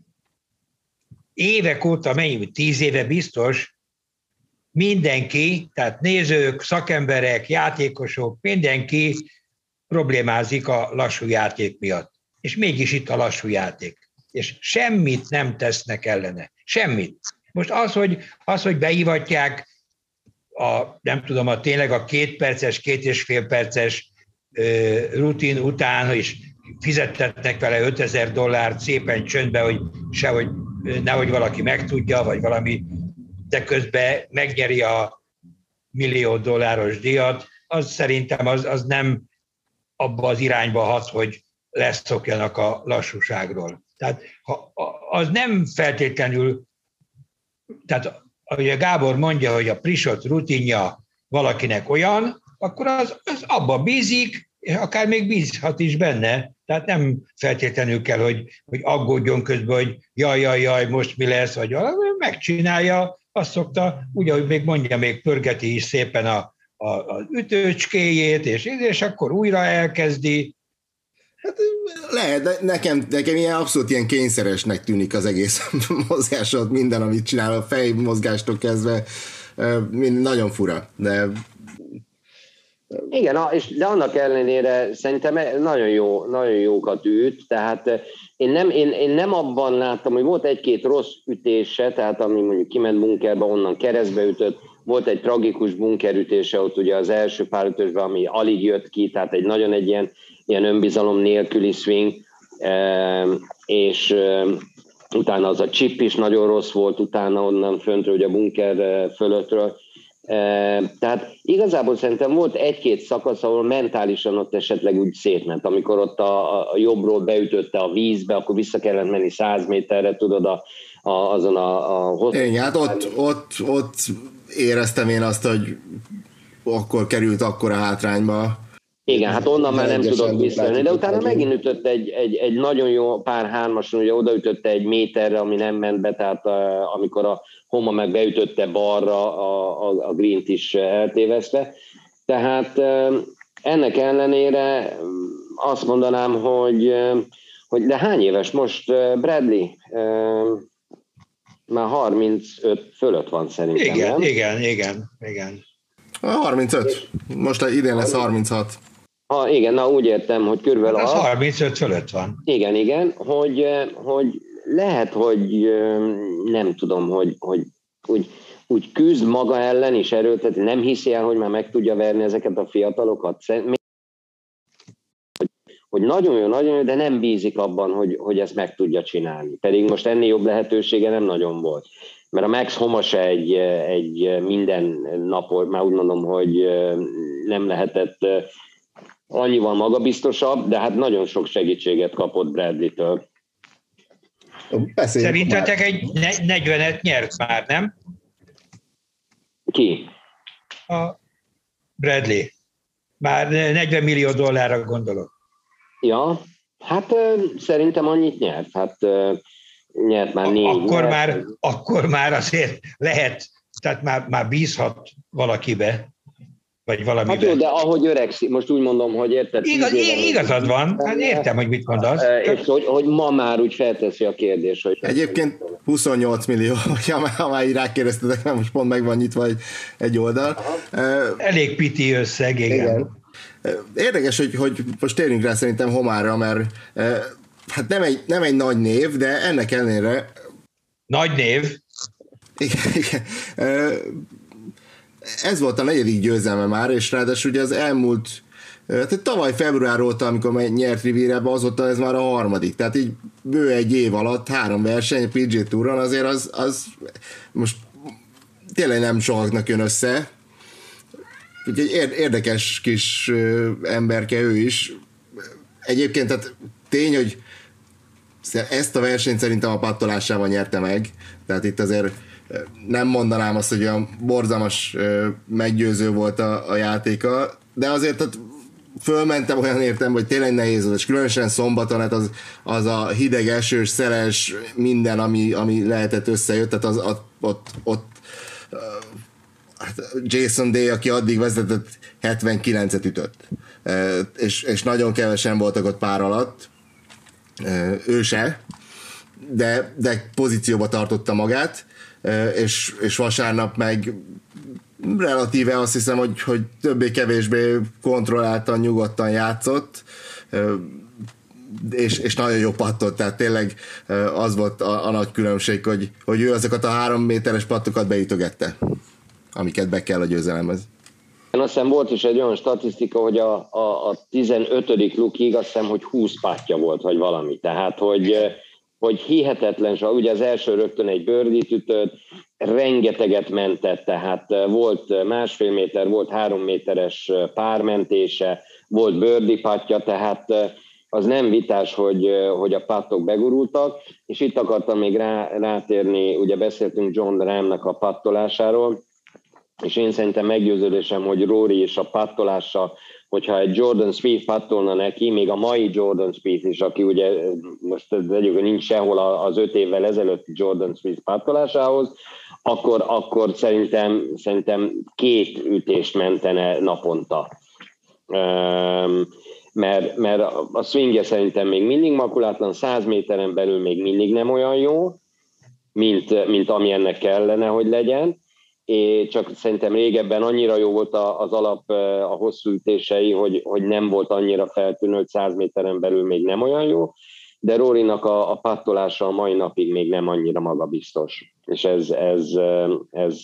Speaker 1: évek óta, mennyi, tíz éve biztos, mindenki, tehát nézők, szakemberek, játékosok, mindenki problémázik a lassú játék miatt. És mégis itt a lassú játék. És semmit nem tesznek ellene. Semmit. Most az, hogy, az, hogy beívatják a, nem tudom, a tényleg a két perces, két és fél perces ö, rutin után, és fizettetnek vele ötezer dollárt szépen csöndbe, hogy sehogy, nehogy valaki megtudja, vagy valami, de közben megnyeri a millió dolláros díjat, az szerintem az, az nem abba az irányba hat, hogy leszokjanak a lassúságról. Tehát ha, az nem feltétlenül, tehát ahogy a Gábor mondja, hogy a pre-shot rutinja valakinek olyan, akkor az, az abba bízik, és akár még bízhat is benne. Tehát nem feltétlenül kell, hogy, hogy aggódjon közben, hogy jaj, jaj, jaj, most mi lesz, vagy valami, megcsinálja, azt szokta, úgy, ahogy még mondja, még pörgeti is szépen a, a, az ütőcskéjét, és, és akkor újra elkezdi.
Speaker 2: Hát lehet, de nekem, nekem ilyen abszolút ilyen kényszeresnek tűnik az egész mozgásod, minden, amit csinál, a fejmozgástól kezdve, nagyon fura, de...
Speaker 3: Igen, és de annak ellenére szerintem nagyon, jó, nagyon jókat üt, tehát én nem, én, én nem abban láttam, hogy volt egy-két rossz ütése, tehát ami mondjuk kiment bunkerbe, onnan keresztbe ütött, volt egy tragikus bunkerütése ott ugye az első pár ütésben, ami alig jött ki, tehát egy nagyon egy ilyen, ilyen önbizalom nélküli swing, és utána az a chip is nagyon rossz volt, utána onnan föntről, ugye a bunker fölöttről. Tehát igazából szerintem volt egy-két szakasz, ahol mentálisan ott esetleg úgy szétment, amikor ott a, a jobbról beütötte a vízbe, akkor vissza kellett menni száz méterre, tudod, a, a, azon a, a hosszú...
Speaker 2: Igen, hát ott, ott, ott éreztem én azt, hogy akkor került akkora hátrányba.
Speaker 3: Igen, hát onnan már nem tudott visszajönni, de utána megint ütött egy, egy, egy nagyon jó pár hármason, ugye odaütötte egy méterre, ami nem ment be, tehát uh, amikor a Homa meg beütötte balra, a, a, a Greent is eltéveszte. Tehát uh, ennek ellenére azt mondanám, hogy, uh, hogy de hány éves most uh, Bradley? Uh, már harmincöt fölött van szerintem,
Speaker 1: igen,
Speaker 3: nem?
Speaker 1: Igen, igen, igen.
Speaker 2: harmincöt. Most idén lesz harminchat.
Speaker 3: Ha, igen, na úgy értem, hogy körülbelül...
Speaker 1: Az a... harmincöt fölött van.
Speaker 3: Igen, igen, hogy, hogy lehet, hogy nem tudom, hogy, hogy úgy, úgy küzd maga ellen is erőlteti, nem hiszi el, hogy már meg tudja verni ezeket a fiatalokat. Hogy nagyon jó, nagyon jó, de nem bízik abban, hogy, hogy ezt meg tudja csinálni. Pedig most ennél jobb lehetősége nem nagyon volt. Mert a Max Homa se egy, egy minden nap, már úgy mondom, hogy nem lehetett annyival magabiztosabb, de hát nagyon sok segítséget kapott Bradley-től.
Speaker 1: Szerintetek egy negyvenet nyert már, nem?
Speaker 3: Ki?
Speaker 1: A Bradley. Már negyven millió dollárra gondolok.
Speaker 3: Ja, hát szerintem annyit nyert. Hát nyert már négy.
Speaker 1: Akkor,
Speaker 3: nyert.
Speaker 1: Már, akkor már azért lehet, tehát már, már bízhat valakibe. vagy valamiben.
Speaker 3: Hát jó, de ahogy öregszik, most úgy mondom, hogy érted.
Speaker 1: Igaz, igazad van, hát értem, hogy mit mondasz.
Speaker 3: És hogy, hogy ma már úgy felteszi a kérdés, hogy...
Speaker 2: Egyébként huszonnyolc millió, ha már, ha már így rákérdeztetek, mert most pont meg van nyitva egy, egy oldal.
Speaker 1: Elég piti összeg, igen. igen.
Speaker 2: Érdekes, hogy, hogy most térjünk rá szerintem Homára, mert hát nem egy, nem egy nagy név, de ennek ellenére...
Speaker 1: Nagy név?
Speaker 2: Igen, igen. Ez volt a negyedik győzelme már, és ráadásul ugye az elmúlt, tehát tavaly február óta, amikor nyert Riviera-ba, azóta ez már a harmadik, tehát így bő egy év alatt három verseny pé gé Touron, azért az, az most tényleg nem sokaknak jön össze, úgyhogy érdekes kis emberke ő is. Egyébként tehát tény, hogy ezt a versenyt szerintem a pattolásával nyerte meg, tehát itt azért nem mondanám azt, hogy olyan borzalmas meggyőző volt a, a játéka, de azért tehát fölmentem olyan értem, hogy tényleg nehéz volt, és különösen szombaton hát az, az a hideg, esős, szeles, minden, ami, ami lehetett összejött, tehát az, ott, ott, ott Jason Day, aki addig vezetett, hetvenkilencet ütött, és, és nagyon kevesen voltak ott pár alatt, ő se, de, de pozícióba tartotta magát, és, és vasárnap meg relatíve azt hiszem, hogy, hogy többé-kevésbé kontrolláltan, nyugodtan játszott, és, és nagyon jó pattott, tehát tényleg az volt a, a nagy különbség, hogy, hogy ő azokat a három méteres pattokat beütögette, amiket be kell a győzelemhez.
Speaker 3: Azt hiszem volt is egy olyan statisztika, hogy a, a, a tizenötödik lukig azt hiszem, hogy húsz pátja volt, vagy valami. Tehát, hogy, hogy hihetetlen, ugye az első rögtön egy birdie-t ütött, rengeteget mentett, tehát volt másfél méter, volt három méteres pármentése, volt birdie pátja, tehát az nem vitás, hogy, hogy a pattok begurultak, és itt akartam még rá, rátérni, ugye beszéltünk Jon Rahmnak a pattolásáról, és én szerintem meggyőződésem, hogy Rory és a pattolása, hogyha egy Jordan Spieth pattolna neki, még a mai Jordan Spieth is, aki ugye most vegyük, nincs sehol az öt évvel ezelőtt Jordan Spieth pattolásához, akkor, akkor szerintem, szerintem két ütést mentene naponta. Mert, mert a swingje szerintem még mindig makulátlan, száz méteren belül még mindig nem olyan jó, mint, mint ami ennek kellene, hogy legyen. És csak szerintem régebben annyira jó volt az alap, a hosszú ütései, hogy, hogy nem volt annyira feltűnő, hogy száz méteren belül még nem olyan jó, de Rorynak a, a pattolása a mai napig még nem annyira magabiztos. És ez, ez, ez,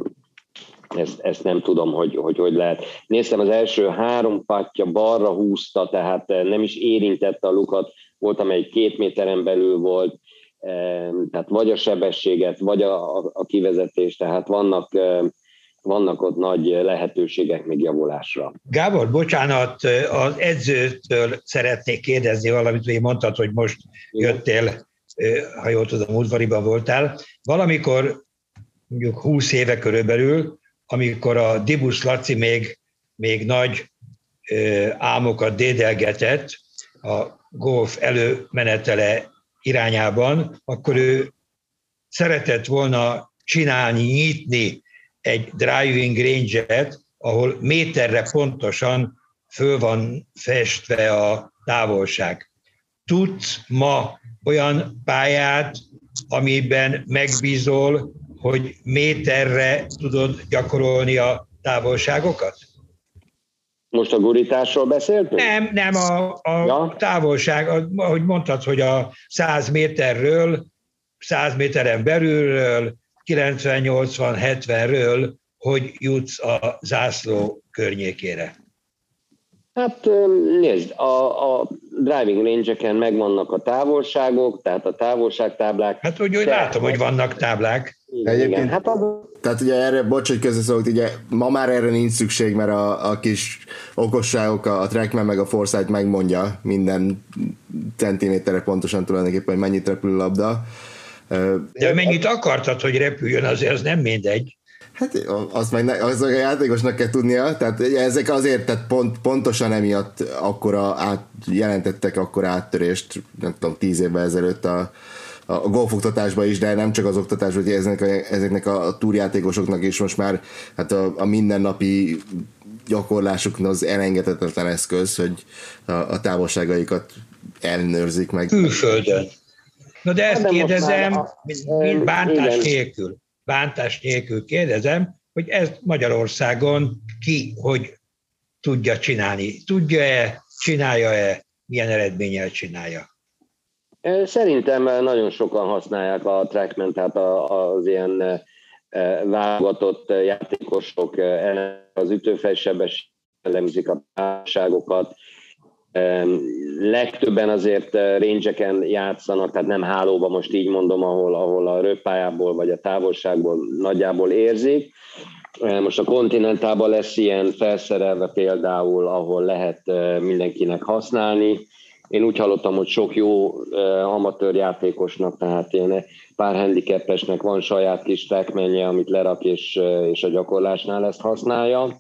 Speaker 3: ez, ezt nem tudom, hogy, hogy hogy lehet. Néztem, az első három pattja balra húzta, tehát nem is érintette a lukat, volt, amely két méteren belül volt, tehát vagy a sebességet, vagy a, a kivezetés, tehát vannak, vannak ott nagy lehetőségek még javulásra.
Speaker 1: Gábor, bocsánat, az edzőtől szeretnék kérdezni valamit, hogy mondtad, hogy most jöttél, ha jól tudom, udvariban voltál. Valamikor, mondjuk húsz éve körülbelül, amikor a Dibusz Laci még, még nagy álmokat dédelgetett a golf előmenetele irányában, akkor ő szeretett volna csinálni, nyitni egy driving range-et, ahol méterre pontosan föl van festve a távolság. Tudsz ma olyan pályát, amiben megbízol, hogy méterre tudod gyakorolni a távolságokat?
Speaker 3: Most a gurításról beszéltünk?
Speaker 1: Nem, nem, a, a ja. távolság, ahogy mondtad, hogy a száz méterről, száz méteren belülről, kilencven, nyolcvan, hetvenről, hogy jutsz a zászló környékére?
Speaker 3: Hát nézd, a, a driving range-eken megvannak a távolságok, tehát a távolságtáblák.
Speaker 1: Hát úgy, úgy látom, hogy vannak táblák.
Speaker 2: Egyébként, hát az... Tehát ugye erre, bocs, hogy közösszólok, ugye ma már erre nincs szükség, mert a, a kis okosságok, a Trackman meg a Foresight megmondja minden centiméterre pontosan tulajdonképpen, hogy mennyit repül a labda.
Speaker 1: De mennyit akartad, hogy repüljön, azért az nem mindegy.
Speaker 2: Hát azt meg ne, az a játékosnak kell tudnia, tehát ezek azért, tehát pont, pontosan emiatt akkora át, jelentettek akkora áttörést, nem tudom, tíz évvel ezelőtt a, a golfoktatásban is, de nem csak az oktatásban, hogy ezeknek a, ezeknek a túrjátékosoknak is most már hát a, a mindennapi gyakorlásuknak az elengedhetetlen eszköz, hogy a, a távolságaikat ellenőrzik meg.
Speaker 1: Külföldön. Na de ezt
Speaker 3: de
Speaker 1: kérdezem,
Speaker 3: a,
Speaker 1: mint bántás
Speaker 3: igen.
Speaker 1: nélkül. Bántás nélkül kérdezem, hogy ezt Magyarországon ki, hogy tudja csinálni. Tudja-e, csinálja-e, milyen eredménnyel csinálja?
Speaker 3: Szerintem nagyon sokan használják a trackman, tehát az ilyen válogatott játékosok az ütőfejsebesség elemzik a távolságokat. Legtöbben azért range-eken játszanak, tehát nem hálóban, most így mondom, ahol, ahol a röppályából vagy a távolságból nagyjából érzik. Most a Continentalban lesz ilyen felszerelve például, ahol lehet mindenkinek használni. Én úgy hallottam, hogy sok jó amatőr játékosnak, tehát ilyen pár handicapesnek van saját kis trackmanje, amit lerak és, és a gyakorlásnál ezt használja.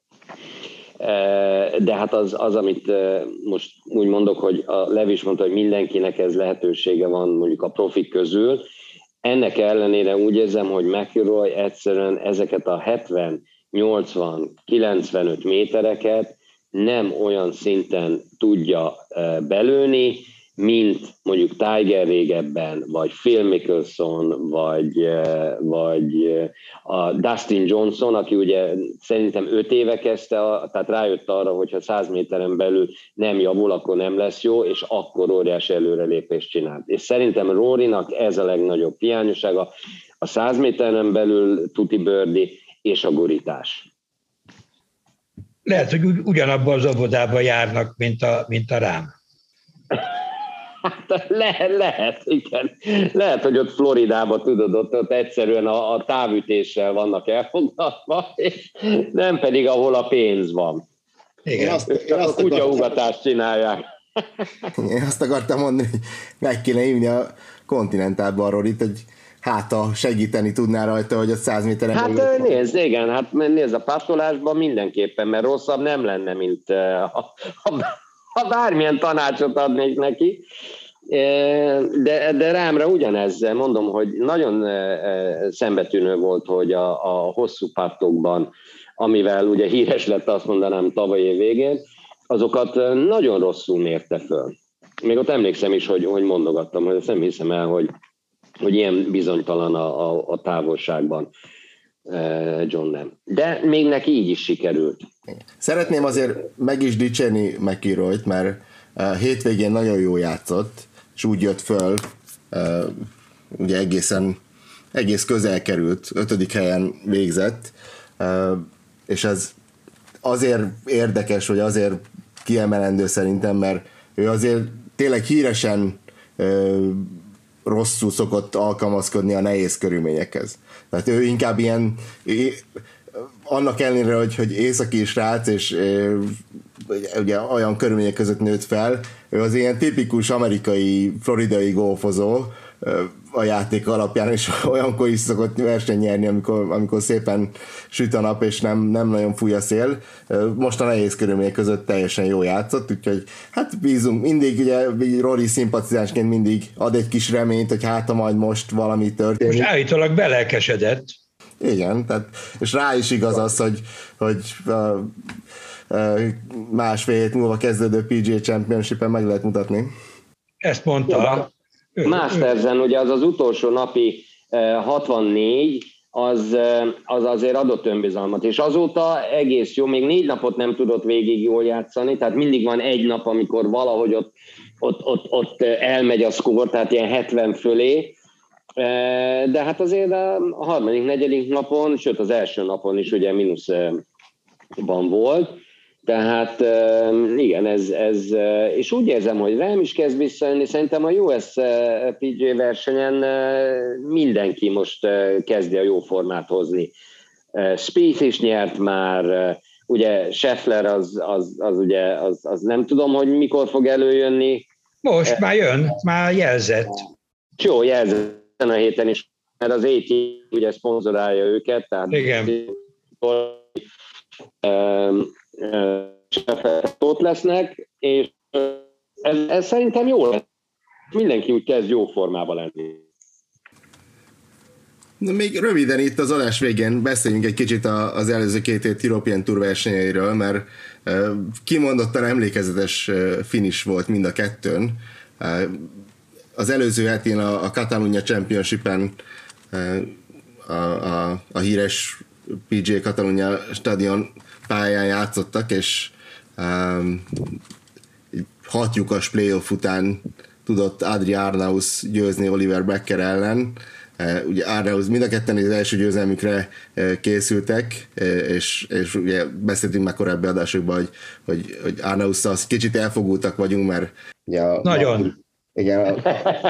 Speaker 3: De hát az, az, amit most úgy mondok, hogy a Lev is mondta, hogy mindenkinek ez lehetősége van mondjuk a profik közül. Ennek ellenére úgy érzem, hogy McIlroy egyszerűen ezeket a hetven, nyolcvan, kilencvenöt métereket nem olyan szinten tudja belőni, mint mondjuk Tiger régebben, vagy Phil Mickelson, vagy, vagy a Dustin Johnson, aki ugye szerintem öt éve kezdte, tehát rájött arra, hogyha száz méteren belül nem javul, akkor nem lesz jó, és akkor óriási előrelépést csinált. És szerintem Rorynak ez a legnagyobb hiányossága, a száz méteren belül tuti birdie és a gurítás.
Speaker 1: Lehet, hogy ugyanabban az óvodában járnak, mint a, mint a rám.
Speaker 3: Hát le, lehet, igen. Lehet, hogy ott Floridában, tudod, ott, ott egyszerűen a, a távütéssel vannak elfoglalva, és nem pedig ahol a pénz van.
Speaker 2: Igen. Én azt,
Speaker 3: én azt a kutyaugatást csinálják.
Speaker 2: Én azt akartam mondani, hogy meg kéne hívni a Continentalban Roryt, hogy hát a segíteni tudná rajta, hogy a száz méteren...
Speaker 3: Hát belül... nézd, igen, hát nézd, a pattolásban mindenképpen, mert rosszabb nem lenne, mint ha, ha bármilyen tanácsot adnék neki. De, de rámra ugyanez, mondom, hogy nagyon szembetűnő volt, hogy a, a hosszú pattokban, amivel ugye híres lett, azt mondanám tavaly év végén, azokat nagyon rosszul mérte föl. Még ott emlékszem is, hogy, hogy mondogattam, hogy ezt nem hiszem el, hogy hogy ilyen bizonytalan a, a, a távolságban John nem. De még neki így is sikerült.
Speaker 2: Szeretném azért meg is dicsérni McIlroyt, mert hétvégén nagyon jól játszott, és úgy jött föl, ugye egészen egész közel került, ötödik helyen végzett, és ez azért érdekes, vagy azért kiemelendő szerintem, mert ő azért tényleg híresen rosszul szokott alkalmazkodni a nehéz körülményekhez. Tehát ő inkább ilyen, annak ellenére, hogy, hogy északi srác, és ugye olyan körülmények között nőtt fel, ő az ilyen tipikus amerikai, floridai golfozó a játék alapján, és olyankor is szokott verseny nyerni, amikor, amikor szépen süt a nap, és nem, nem nagyon fúj a szél. Most a nehéz körülmények között teljesen jól játszott, úgyhogy hát bízunk, mindig ugye Rory szimpatizásként mindig ad egy kis reményt, hogy hát ha majd most valami történik.
Speaker 1: Most állítólag belelkesedett.
Speaker 2: Igen, tehát, és rá is igaz az, hogy, hogy uh, uh, másfél hét múlva kezdődő pé gé á Championship-en meg lehet mutatni.
Speaker 1: Ezt mondta.
Speaker 3: Mastersen, ugye az az utolsó napi hatvannégy, az, az azért adott önbizalmat, és azóta egész jó, még négy napot nem tudott végig jól játszani, tehát mindig van egy nap, amikor valahogy ott, ott, ott, ott elmegy a szkór, tehát ilyen hetven fölé, de hát azért a harmadik, negyedik napon, sőt az első napon is ugye mínuszban volt, tehát igen, ez, ez, és úgy érzem, hogy rám is kezd visszajönni, szerintem a u es pé gé versenyen mindenki most kezdi a jó formát hozni. Spieth is nyert már, ugye Scheffler az, az, az ugye, az, az nem tudom, hogy mikor fog előjönni.
Speaker 1: Most már jön, már jelzett.
Speaker 3: Jó, jelzett a héten is, mert az á té ugye szponzorálja őket, tehát
Speaker 1: igen.
Speaker 3: ott lesznek, és ez, ez szerintem jó lesz. Mindenki úgy kezd jó formában lenni.
Speaker 2: Na, még röviden itt az adás végén beszéljünk egy kicsit az előző két hét European Tour versenyeiről, mert kimondottan emlékezetes finish volt mind a kettőn. Az előző hetén a, a Catalunya Championship-en a, a, a híres pé gé Catalunya stadion pályán játszottak, és um, hat lyukas playoff után tudott Adri Arnaus győzni Oliver Becker ellen. Uh, ugye Arnaus mind a ketten az első győzelmükre uh, készültek, uh, és, és ugye beszéltünk már korábbi adásokban, hogy, hogy, hogy Arnausszal kicsit elfogultak vagyunk, mert ugye a,
Speaker 1: nagyon.
Speaker 2: A, igen, a,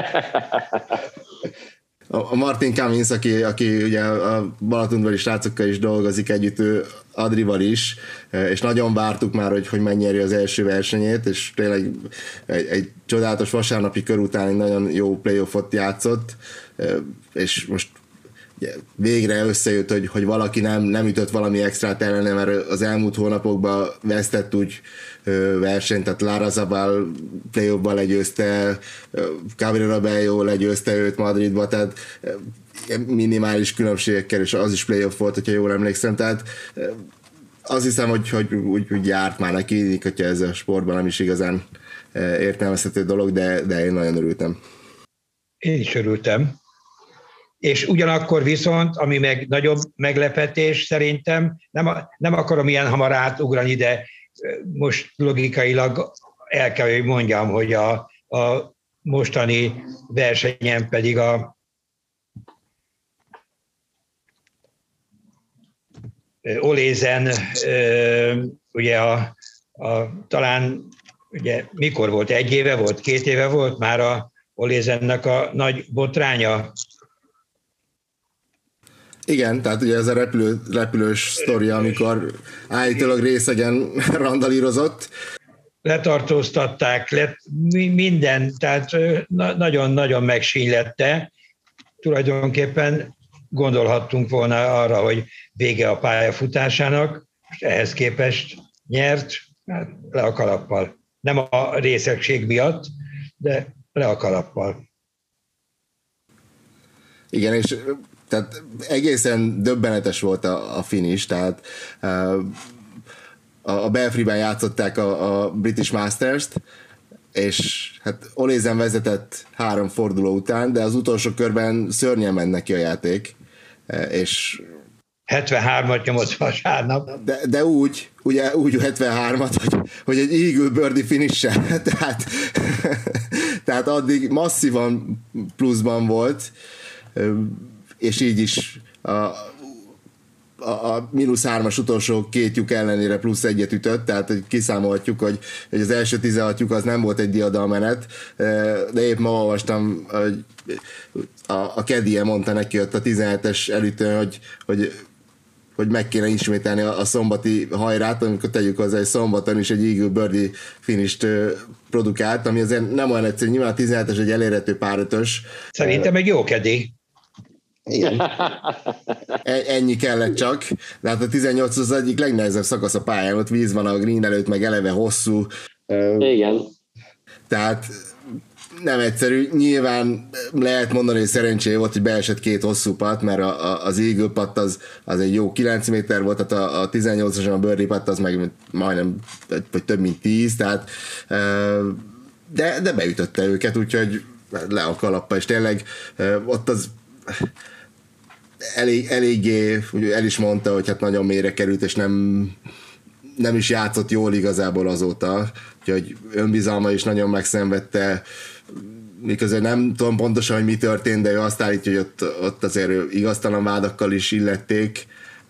Speaker 2: a Martin Cummins, aki, aki ugye a Balatonvölgyi srácokkal is dolgozik együtt, ő Adrival is, és nagyon vártuk már, hogy, hogy megnyeri az első versenyét, és tényleg egy, egy csodálatos vasárnapi kör után egy nagyon jó playoffot játszott, és most végre összejött, hogy, hogy valaki nem, nem ütött valami extrát ellene, mert az elmúlt hónapokban vesztett úgy versenyt, tehát Lara Zabal playoffban legyőzte, Cabrera Bello legyőzte őt Madridba, tehát minimális különbségekkel, és az is playoff volt, hogyha jól emlékszem, tehát azt hiszem, hogy, hogy úgy, úgy járt már neki, hogyha ez a sportban nem is igazán értelmezhető dolog, de, de én nagyon örültem.
Speaker 1: Én is örültem. És ugyanakkor viszont, ami meg nagyobb meglepetés szerintem, nem, nem akarom ilyen hamar átugrani, de most logikailag el kell, hogy mondjam, hogy a, a mostani versenyen pedig a Olézen, ugye a, a, talán ugye mikor volt, egy éve volt, két éve volt már a Olézennek a nagy botránya.
Speaker 2: Igen, tehát ugye ez a repülő, repülős sztori, amikor állítólag részegen randalírozott.
Speaker 1: Letartóztatták, let, minden, tehát nagyon-nagyon megsínylette. Tulajdonképpen gondolhattunk volna arra, hogy vége a pályafutásának, és ehhez képest nyert, hát le a kalappal. Nem a részegség miatt, de le a kalappal.
Speaker 2: Igen, és tehát egészen döbbenetes volt a, a finish, tehát a, a Belfryben játszották a, a British Masters-t, és hát Olézen vezetett három forduló után, de az utolsó körben szörnyen ment neki a játék, és
Speaker 1: hetvenhármat nyomott vasárnap.
Speaker 2: De, de úgy, ugye úgy hetvenhármat, hogy, hogy egy eagle birdie finish-sel, tehát, tehát addig masszívan pluszban volt, és így is a, a, a mínusz hármas utolsó két lyuk ellenére plusz egyet ütött, tehát hogy kiszámolhatjuk, hogy, hogy az első tizenhat lyuk az nem volt egy diadalmenet, de épp ma olvastam, hogy a, a kedie mondta neki ott a tizenhetes elütőn, hogy, hogy hogy meg kéne ismételni a, a szombati hajrát, amikor tegyük hozzá, hogy szombaton is egy eagle birdie finisht produkált, ami azért nem olyan egyszerű, nyilván a tizenhetes egy elérhető párötös.
Speaker 1: Szerintem egy jó kedély.
Speaker 2: Igen. Ennyi kellett csak, de hát a tizennyolc az egyik legnehezebb szakasz a pályán, ott víz van a green előtt, meg eleve hosszú.
Speaker 3: Igen.
Speaker 2: Tehát nem egyszerű. Nyilván lehet mondani, hogy szerencsé volt, hogy beesett két hosszú patt, mert a, a, az eagle patt az, az egy jó kilenc méter volt, tehát a, a tizennyolcason a birdie patt az meg majdnem, vagy több mint tíz, tehát de, de beütötte őket, úgyhogy le a kalappa, és tényleg ott az elég, eléggé, el is mondta, hogy hát nagyon mélyre került, és nem, nem is játszott jól igazából azóta, úgyhogy önbizalma is nagyon megszenvedte, miközben nem tudom pontosan, hogy mi történt, de ő azt állítja, hogy ott, ott azért igaztalan vádakkal is illették.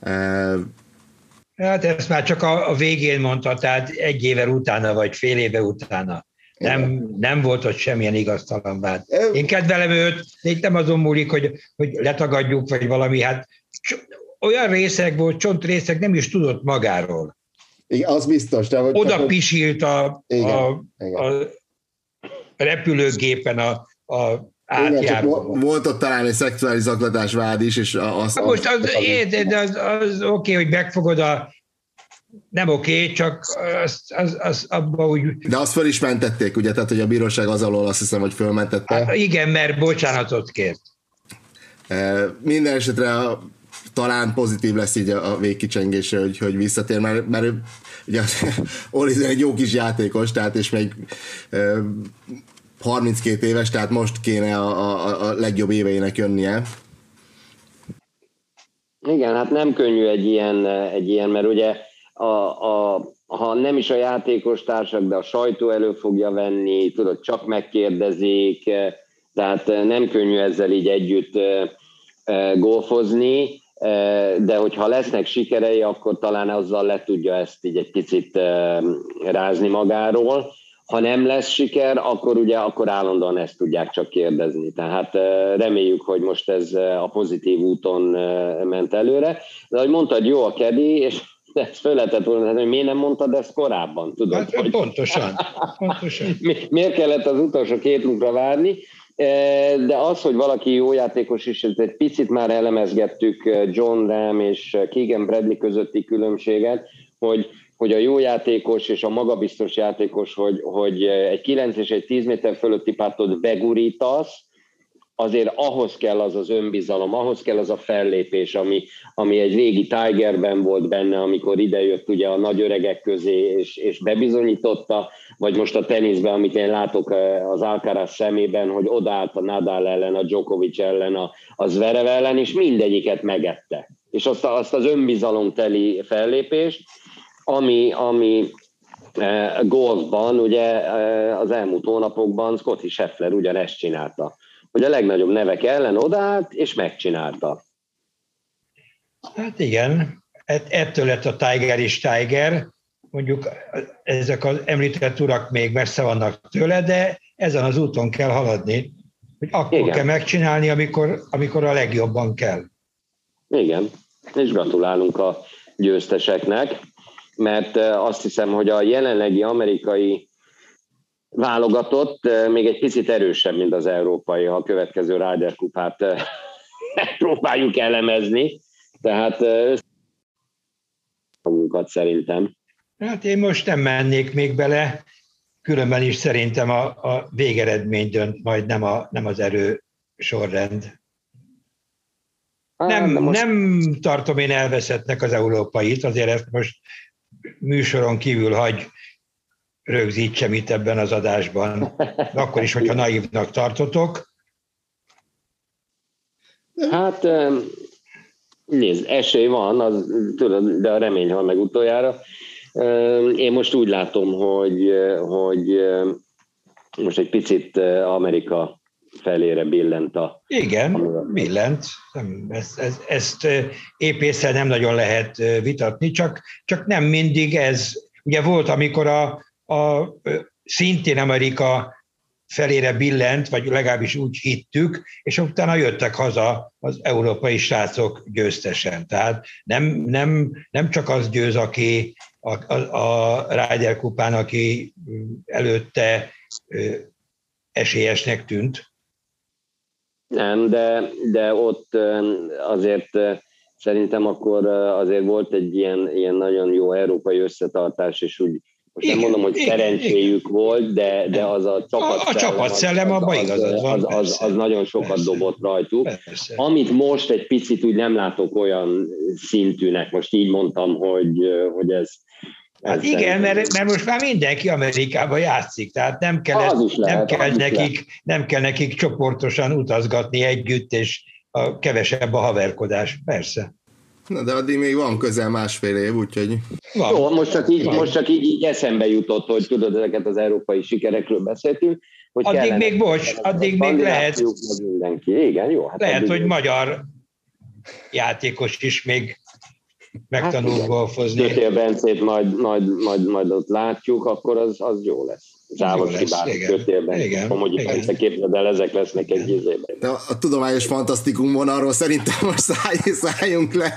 Speaker 1: Hát ezt már csak a, a végén mondta, tehát egy éve utána, vagy fél éve utána. Nem, nem volt ott semmilyen igaztalan vád. Én kedvelem őt, de nem azon múlik, hogy, hogy letagadjuk, vagy valami, hát olyan részek volt, csontrészek nem is tudott magáról.
Speaker 2: Igen, az biztos. De hogy
Speaker 1: oda pisilt a,
Speaker 2: igen,
Speaker 1: a,
Speaker 2: igen.
Speaker 1: a repülőgépen a, a átjáró.
Speaker 2: Volt ott talán egy szexuális zaklatás vád is, és az...
Speaker 1: az, most az, az, az, az, az oké, okay, hogy megfogod a... Nem oké, okay, csak az, az, az abba úgy...
Speaker 2: De azt föl is mentették, ugye? Tehát, hogy a bíróság az alól azt hiszem, hogy fölmentette.
Speaker 1: Hát igen, mert bocsánatot kért.
Speaker 2: Minden esetre talán pozitív lesz így a végkicsengésre, hogy, hogy visszatér, mert, mert ugye Oliver egy jó kis játékos, tehát és még harminckét éves, tehát most kéne a, a, a legjobb éveinek jönnie.
Speaker 3: Igen, hát nem könnyű egy ilyen, egy ilyen mert ugye a, a, ha nem is a játékos társak, de a sajtó elő fogja venni, tudod, csak megkérdezik, tehát nem könnyű ezzel így együtt golfozni, de hogyha lesznek sikerei, akkor talán azzal le tudja ezt így egy picit rázni magáról. Ha nem lesz siker, akkor ugye akkor állandóan ezt tudják csak kérdezni. Tehát reméljük, hogy most ez a pozitív úton ment előre. De ahogy mondtad, jó a kedi, és ezt föl lehetett volna, hogy miért nem mondtad ezt korábban? Tudod,
Speaker 1: hát,
Speaker 3: hogy...
Speaker 1: Pontosan. pontosan.
Speaker 3: Mi, miért kellett az utolsó két lukra várni? De az, hogy valaki jó játékos is, egy picit már elemezgettük John Ram és Keegan Bradley közötti különbséget, hogy hogy a jó játékos és a magabiztos játékos, hogy, hogy egy kilenc és egy tíz méter fölötti pártot begurítasz, azért ahhoz kell az az önbizalom, ahhoz kell az a fellépés, ami, ami egy régi Tigerben volt benne, amikor idejött ugye a nagy öregek közé, és, és bebizonyította, vagy most a teniszben, amit én látok az Alcaraz szemében, hogy odaállt a Nadal ellen, a Djokovic ellen, a, a Zverev ellen, és mindegyiket megette. És azt, azt az önbizalomteli fellépést, ami, ami eh, golfban ugye eh, az elmúlt hónapokban Scottie Scheffler ugyanezt csinálta, hogy a legnagyobb nevek ellen odállt, és megcsinálta.
Speaker 1: Hát igen, ettől lett a Tiger is Tiger, mondjuk ezek az említett urak még messze vannak tőle, de ezen az úton kell haladni, hogy akkor igen. kell megcsinálni, amikor, amikor a legjobban kell.
Speaker 3: Igen, és gratulálunk a győzteseknek, mert azt hiszem, hogy a jelenlegi amerikai válogatott még egy picit erősebb, mint az európai, ha a következő Ryder kupát próbáljuk elemezni, tehát magunkat szerintem.
Speaker 1: Hát én most nem mennék még bele, különben is szerintem a, a végeredmény dönt, majd nem, a, nem az erő sorrend. Nem, most... nem tartom én elveszettnek az európait, azért ezt most műsoron kívül hagy rögzítsem itt ebben az adásban. Akkor is, hogyha naívnak tartotok.
Speaker 3: Hát nézd, esély van, az, tudod, de a remény hal meg utoljára. Én most úgy látom, hogy, hogy most egy picit Amerika felére billent a...
Speaker 1: Igen, billent. Ezt, ezt, ezt épésszel nem nagyon lehet vitatni, csak, csak nem mindig ez. Ugye volt, amikor a, a szintén Amerika felére billent, vagy legalábbis úgy hittük, és utána jöttek haza az európai srácok győztesen. Tehát nem, nem, nem csak az győz, aki a, a, a Ryder kupán, aki előtte esélyesnek tűnt.
Speaker 3: Nem, de, de ott azért szerintem akkor azért volt egy ilyen, ilyen nagyon jó európai összetartás, és úgy most igen, nem mondom, hogy igen, szerencséjük igen. volt, de, de az a csapatszellem,
Speaker 1: a, a csapatszellem
Speaker 3: az,
Speaker 1: abban igazad van.
Speaker 3: Az, az, az nagyon sokat persze, dobott rajtuk.
Speaker 1: Persze.
Speaker 3: Amit most egy picit úgy nem látok olyan szintűnek, most így mondtam, hogy, hogy ez...
Speaker 1: Hát ez igen, mert, mert most már mindenki Amerikában játszik, tehát nem kell, ezt, lehet, nem, kell nekik, nem kell nekik csoportosan utazgatni együtt, és a kevesebb a haverkodás, persze.
Speaker 2: Na de addig még van közel másfél év, úgyhogy...
Speaker 3: Van. Jó, most csak, így, most csak így, így eszembe jutott, hogy tudod, ezeket az európai sikerekről beszéltünk. Hogy
Speaker 1: addig még, bocs, addig még lehet...
Speaker 3: Mindenki. Igen, jó. Hát
Speaker 1: lehet, hogy magyar játékos is még megtanul hát, golfozni.
Speaker 3: Kötél Bencét majd, majd, majd, majd ott látjuk, akkor az, az jó lesz. Zsávoszki bár Kötél Bencét, Somogyi Bence, képzeld el, ezek lesznek egy izében.
Speaker 2: De a, a tudományos fantasztikum vonalról szerintem most száll, szálljunk le.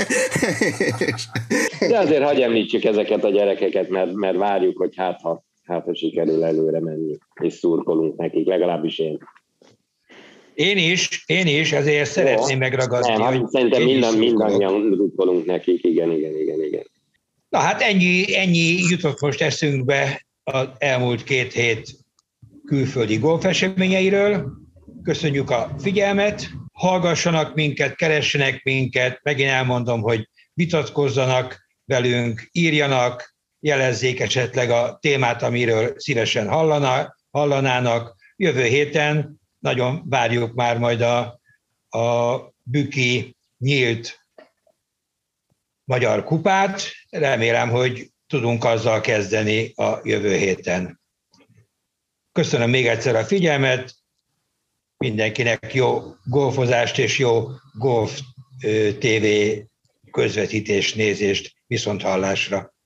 Speaker 3: De azért hagyj említsük ezeket a gyerekeket, mert, mert várjuk, hogy hát ha, hát ha sikerül előre menni, és szurkolunk nekik, legalábbis én.
Speaker 1: Én is, én is, ezért szeretném Jó. megragadni.
Speaker 3: Nem, hogy szerintem minden, mindannyian rúgolunk nekik, igen, igen, igen, igen.
Speaker 1: Na hát ennyi, ennyi jutott most eszünkbe az elmúlt két hét külföldi golfeseményeiről. Köszönjük a figyelmet, hallgassanak minket, keressenek minket, megint elmondom, hogy vitatkozzanak velünk, írjanak, jelezzék esetleg a témát, amiről szívesen hallana, hallanának. Jövő héten nagyon várjuk már majd a, a Büki nyílt magyar kupát. Remélem, hogy tudunk azzal kezdeni a jövő héten. Köszönöm még egyszer a figyelmet, mindenkinek jó golfozást és jó golf té vé közvetítés, nézést, viszont hallásra.